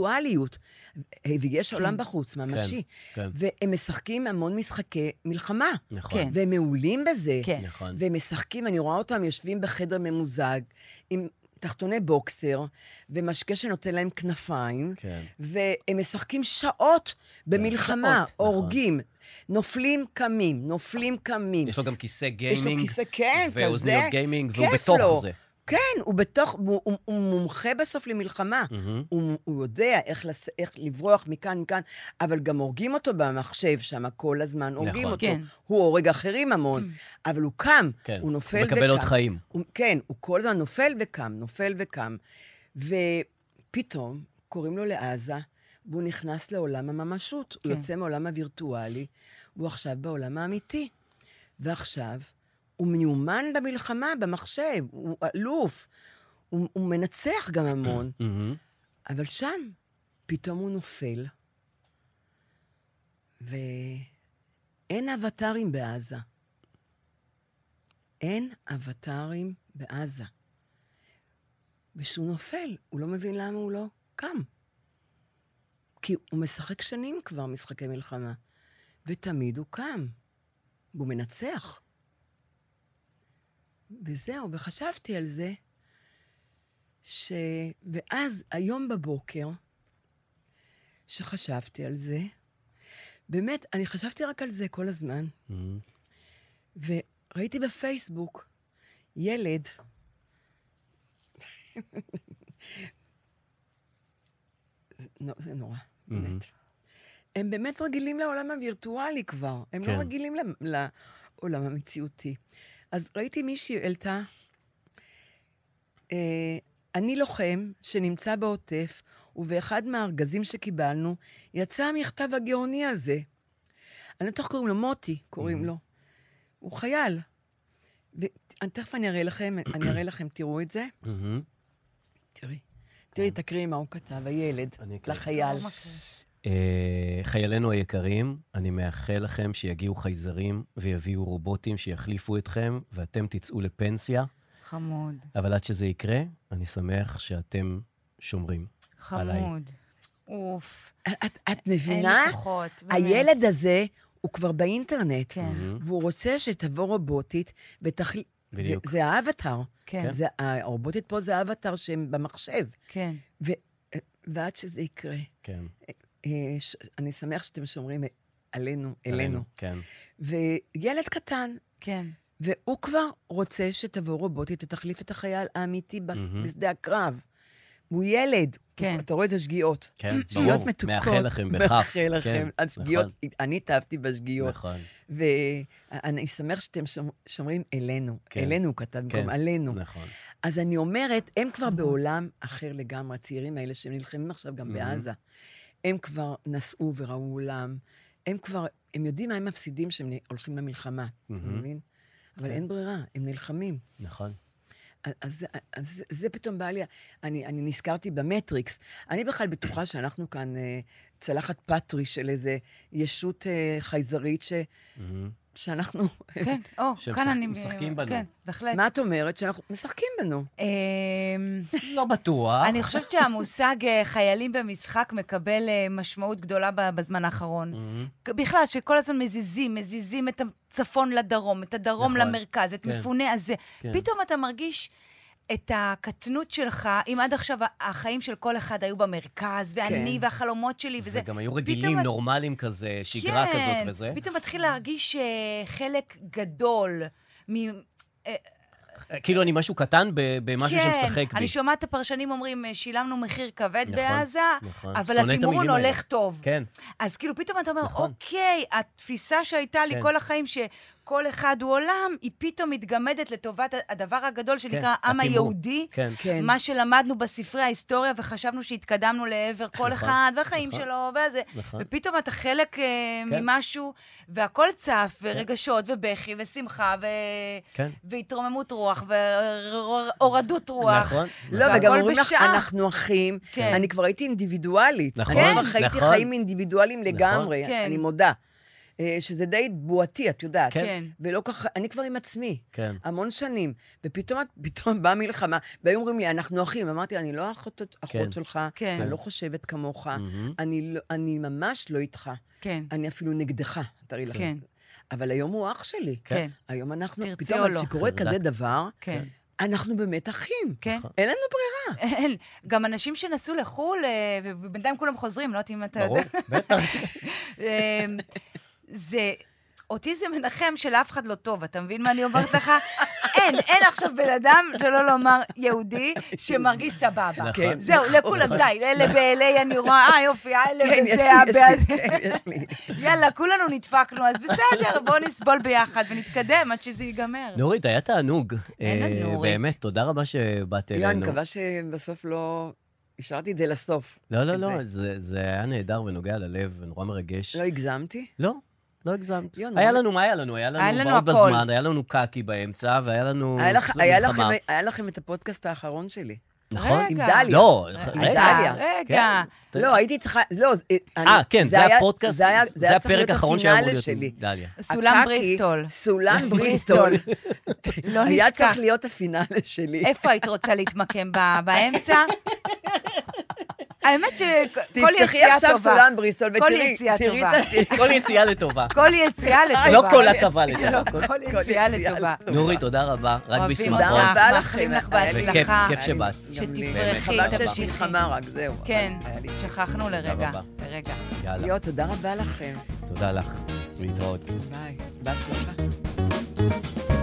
[SPEAKER 4] המציאות. ויש עולם בחוץ, ממשי. והם משחקים המון משחקי מלחמה.
[SPEAKER 2] נכון.
[SPEAKER 4] והם מעולים בזה.
[SPEAKER 2] נכון.
[SPEAKER 4] והם משחקים, אני רואה אותם יושבים בחדר ממוזג, עם תחתוני בוקסר, ומשקה שנותן להם כנפיים, והם משחקים שעות במלחמה, הורגים. נופלים קמים, נופלים קמים.
[SPEAKER 2] יש לו גם כיסא גיימינג.
[SPEAKER 4] יש לו כיסא, כן, כזה.
[SPEAKER 2] ואוזניות גיימינג, והוא בתוך זה.
[SPEAKER 4] כן, הוא מומחה בסוף למלחמה. הוא יודע איך לברוח מכאן, אבל גם הורגים אותו במחשב שם כל הזמן, הורגים אותו. הוא הורג אחרים המון, אבל הוא קם, הוא נופל וקם.
[SPEAKER 2] הוא מקבל עוד חיים.
[SPEAKER 4] כן, הוא כל הזמן נופל וקם, נופל וקם. ופתאום קוראים לו לעזה, והוא נכנס לעולם הממשות. הוא יוצא מעולם הווירטואלי, והוא עכשיו בעולם האמיתי. ועכשיו הוא מיומן במלחמה, במחשב, הוא אלוף, הוא מנצח גם המון. אבל שם, פתאום הוא נופל, ואין אבטרים בעזה. אין אבטרים בעזה. ושהוא נופל, הוא לא מבין למה הוא לא קם. כי הוא משחק שנים כבר משחקי מלחמה, ותמיד הוא קם, והוא מנצח. וזהו, וחשבתי על זה, ואז היום בבוקר, שחשבתי על זה, באמת, אני חשבתי רק על זה כל הזמן, וראיתי בפייסבוק ילד, זה נורא, באמת. הם באמת רגילים לעולם הווירטואלי כבר, הם לא רגילים לעולם המציאותי. אז ראיתי מישהי העלתה, אני לוחם שנמצא בעוטף, ובאחד מהארגזים שקיבלנו, יצא המכתב הגאוני הזה. אני תוך קוראים לו מוטי, קוראים לו. הוא חייל. ותכף אני אראה לכם, תראו את זה. תראי, תקריאי מה הוא כתב, הילד, לחייל.
[SPEAKER 2] חיילינו היקרים, אני מאחל לכם שיגיעו חייזרים ויביאו רובוטים שיחליפו אתכם, ואתם תצאו לפנסיה.
[SPEAKER 3] חמוד.
[SPEAKER 2] אבל עד שזה יקרה, אני שמח שאתם שומרים עליי.
[SPEAKER 3] חמוד. אוף.
[SPEAKER 4] את מבינה?
[SPEAKER 3] אין לי כוחות, באמת.
[SPEAKER 4] הילד הזה הוא כבר באינטרנט, והוא רוצה שתבוא רובוטית ותחליף. זה האבטר.
[SPEAKER 3] כן.
[SPEAKER 4] הרובוטית פה זה האבטר שהם במחשב.
[SPEAKER 3] כן.
[SPEAKER 4] ועד שזה יקרה.
[SPEAKER 2] כן.
[SPEAKER 4] אני שמח שאתם שומרים עלינו, אלינו.
[SPEAKER 2] כן.
[SPEAKER 4] וילד קטן.
[SPEAKER 3] כן.
[SPEAKER 4] והוא כבר רוצה שתבוא רובוטית ותחליף את החייל האמיתי בשדה הקרב. הוא ילד.
[SPEAKER 3] כן.
[SPEAKER 4] אתה רואה את זה שגיאות.
[SPEAKER 2] כן, ברור.
[SPEAKER 4] שגיאות מתוקות.
[SPEAKER 2] מאחל לכם בכף.
[SPEAKER 4] מאחל לכם. אז שגיאות, אני טעבתי בשגיאות.
[SPEAKER 2] נכון.
[SPEAKER 4] ואני שמח שאתם שומרים אלינו. אלינו כתב, במקום עלינו.
[SPEAKER 2] נכון.
[SPEAKER 4] אז אני אומרת, הם כבר בעולם אחר לגמרי, הצעירים האלה שהם נלחמים עכשיו גם בעזה. הם כבר נסעו וראו עולם. הם יודעים מה הם מפסידים שהם הולכים למלחמה. אתה מבין? אבל אין ברירה, הם נלחמים.
[SPEAKER 2] נכון.
[SPEAKER 4] אז זה פתאום בא לי, אני נזכרתי במטריקס. אני בכלל בטוחה שאנחנו כאן צלחת פטרי של איזה ישות חייזרית שאנחנו...
[SPEAKER 3] כן, כאן אני...
[SPEAKER 2] משחקים בנו.
[SPEAKER 3] כן, בהחלט.
[SPEAKER 4] מה את אומרת? שאנחנו משחקים בנו.
[SPEAKER 2] לא בטוח.
[SPEAKER 3] אני חושבת שהמושג חיילים במשחק מקבל משמעות גדולה בזמן האחרון. בכלל, שכל הזמן מזיזים את הצפון לדרום, את הדרום למרכז, את מפונה הזה. פתאום אתה מרגיש את הקטנות שלך, אם עד עכשיו החיים של כל אחד היו במרכז, ואני והחלומות שלי וזה.
[SPEAKER 2] וגם היו רגילים, נורמליים כזה, שגרה כזאת וזה.
[SPEAKER 3] פתאום מתחיל להרגיש חלק גדול
[SPEAKER 2] כאילו אני משהו קטן במשהו שמשחק בי.
[SPEAKER 3] כן, אני שומעת את הפרשנים אומרים, שילמנו מחיר כבד בעזה, אבל התמרון הולך טוב.
[SPEAKER 2] כן.
[SPEAKER 3] אז כאילו פתאום אתה אומר, אוקיי, התפיסה שהייתה לי כל החיים כל אחד הוא עולם, היא פתאום מתגמדת לטובת הדבר הגדול שנקרא העם היהודי, מה שלמדנו בספרי ההיסטוריה, וחשבנו שהתקדמנו לעבר כל אחד, והחיים שלו, ופתאום אתה חלק ממשהו, והכל צף, ורגשות, ובכי, ושמחה, והתרוממות רוח, והורדות רוח.
[SPEAKER 4] לא, וגם אומרים לך, אנחנו אחים, אני כבר הייתי אינדיבידואלית, אני כבר חייתי חיים אינדיבידואליים לגמרי, אני מודה. שזה די בועתי, את יודעת.
[SPEAKER 3] כן.
[SPEAKER 4] ולא ככה, אני כבר עם עצמי.
[SPEAKER 2] כן.
[SPEAKER 4] המון שנים. ופתאום באה מלחמה, והיו אומרים לי, אנחנו אחים. אמרתי, אני לא אחות שלך, אני לא חושבת כמוך, אני ממש לא איתך.
[SPEAKER 3] כן.
[SPEAKER 4] אני אפילו נגדך, תראי לך.
[SPEAKER 3] כן.
[SPEAKER 4] אבל היום הוא אח שלי.
[SPEAKER 3] כן.
[SPEAKER 4] היום אנחנו,
[SPEAKER 3] תרצי או לא.
[SPEAKER 4] שקורה כזה דבר,
[SPEAKER 3] כן.
[SPEAKER 4] אנחנו באמת אחים.
[SPEAKER 3] כן.
[SPEAKER 4] אין לנו ברירה.
[SPEAKER 3] אין. גם אנשים שנסעו לחו"ל, ובינתיים כולם חוזרים, לא יודעת אם אתה יודע.
[SPEAKER 2] ברור, בטח.
[SPEAKER 3] זה... אותי זה מנחם שלאף אחד לא טוב, אתה מבין מה אני אומרת לך? אין עכשיו בן אדם, שלא לומר יהודי, שמרגיש סבבה. זהו, לכולם, די, אלה באלי אני רואה, יופי, אלה וזה,
[SPEAKER 4] יש לי.
[SPEAKER 3] יאללה, כולנו נדפקנו, אז בסדר, בואו נסבול ביחד ונתקדם עד שזה ייגמר.
[SPEAKER 2] נורית, היה תענוג.
[SPEAKER 3] אין נורית.
[SPEAKER 2] באמת, תודה רבה שבאת אלינו.
[SPEAKER 4] אני מקווה שבסוף לא... השארתי את זה לסוף.
[SPEAKER 2] לא, זה היה נהדר ונוגע ללב ונורא מרגש.
[SPEAKER 4] לא הגזמתי?
[SPEAKER 2] לא הגזמת. היה לנו, מה היה לנו? היה לנו בעוד בזמן, היה לנו קקי באמצע, והיה לנו...
[SPEAKER 4] היה לכם את הפודקאסט האחרון שלי.
[SPEAKER 2] נכון?
[SPEAKER 4] עם דליה.
[SPEAKER 2] לא,
[SPEAKER 3] רגע.
[SPEAKER 4] לא, הייתי צריכה...
[SPEAKER 2] כן, זה הפודקאסט, זה הפרק האחרון שהיה אמור להיות עם דליה.
[SPEAKER 3] סולם בריסטול.
[SPEAKER 4] סולם בריסטול.
[SPEAKER 3] לא נשכח.
[SPEAKER 4] היה צריך להיות הפינאלה שלי.
[SPEAKER 3] איפה היית רוצה להתמקם? באמצע? האמת שכל יציאה טובה.
[SPEAKER 4] תפתחי עכשיו סולם בריסטול ותראי.
[SPEAKER 2] כל יציאה לטובה.
[SPEAKER 3] כל יציאה לטובה.
[SPEAKER 2] לא כל הטבה לטובה.
[SPEAKER 3] כל יציאה לטובה.
[SPEAKER 2] נורית, תודה רבה. רק בשמחות.
[SPEAKER 3] אוהבים אותך, מאחלים לך בהצלחה.
[SPEAKER 2] כיף שבאת.
[SPEAKER 3] שתפרחי,
[SPEAKER 4] חבל שיש מלחמה רק, זהו.
[SPEAKER 3] כן, שכחנו לרגע.
[SPEAKER 4] יו, תודה רבה לכם.
[SPEAKER 2] תודה לך. להתראות.
[SPEAKER 4] ביי. בהצלחה.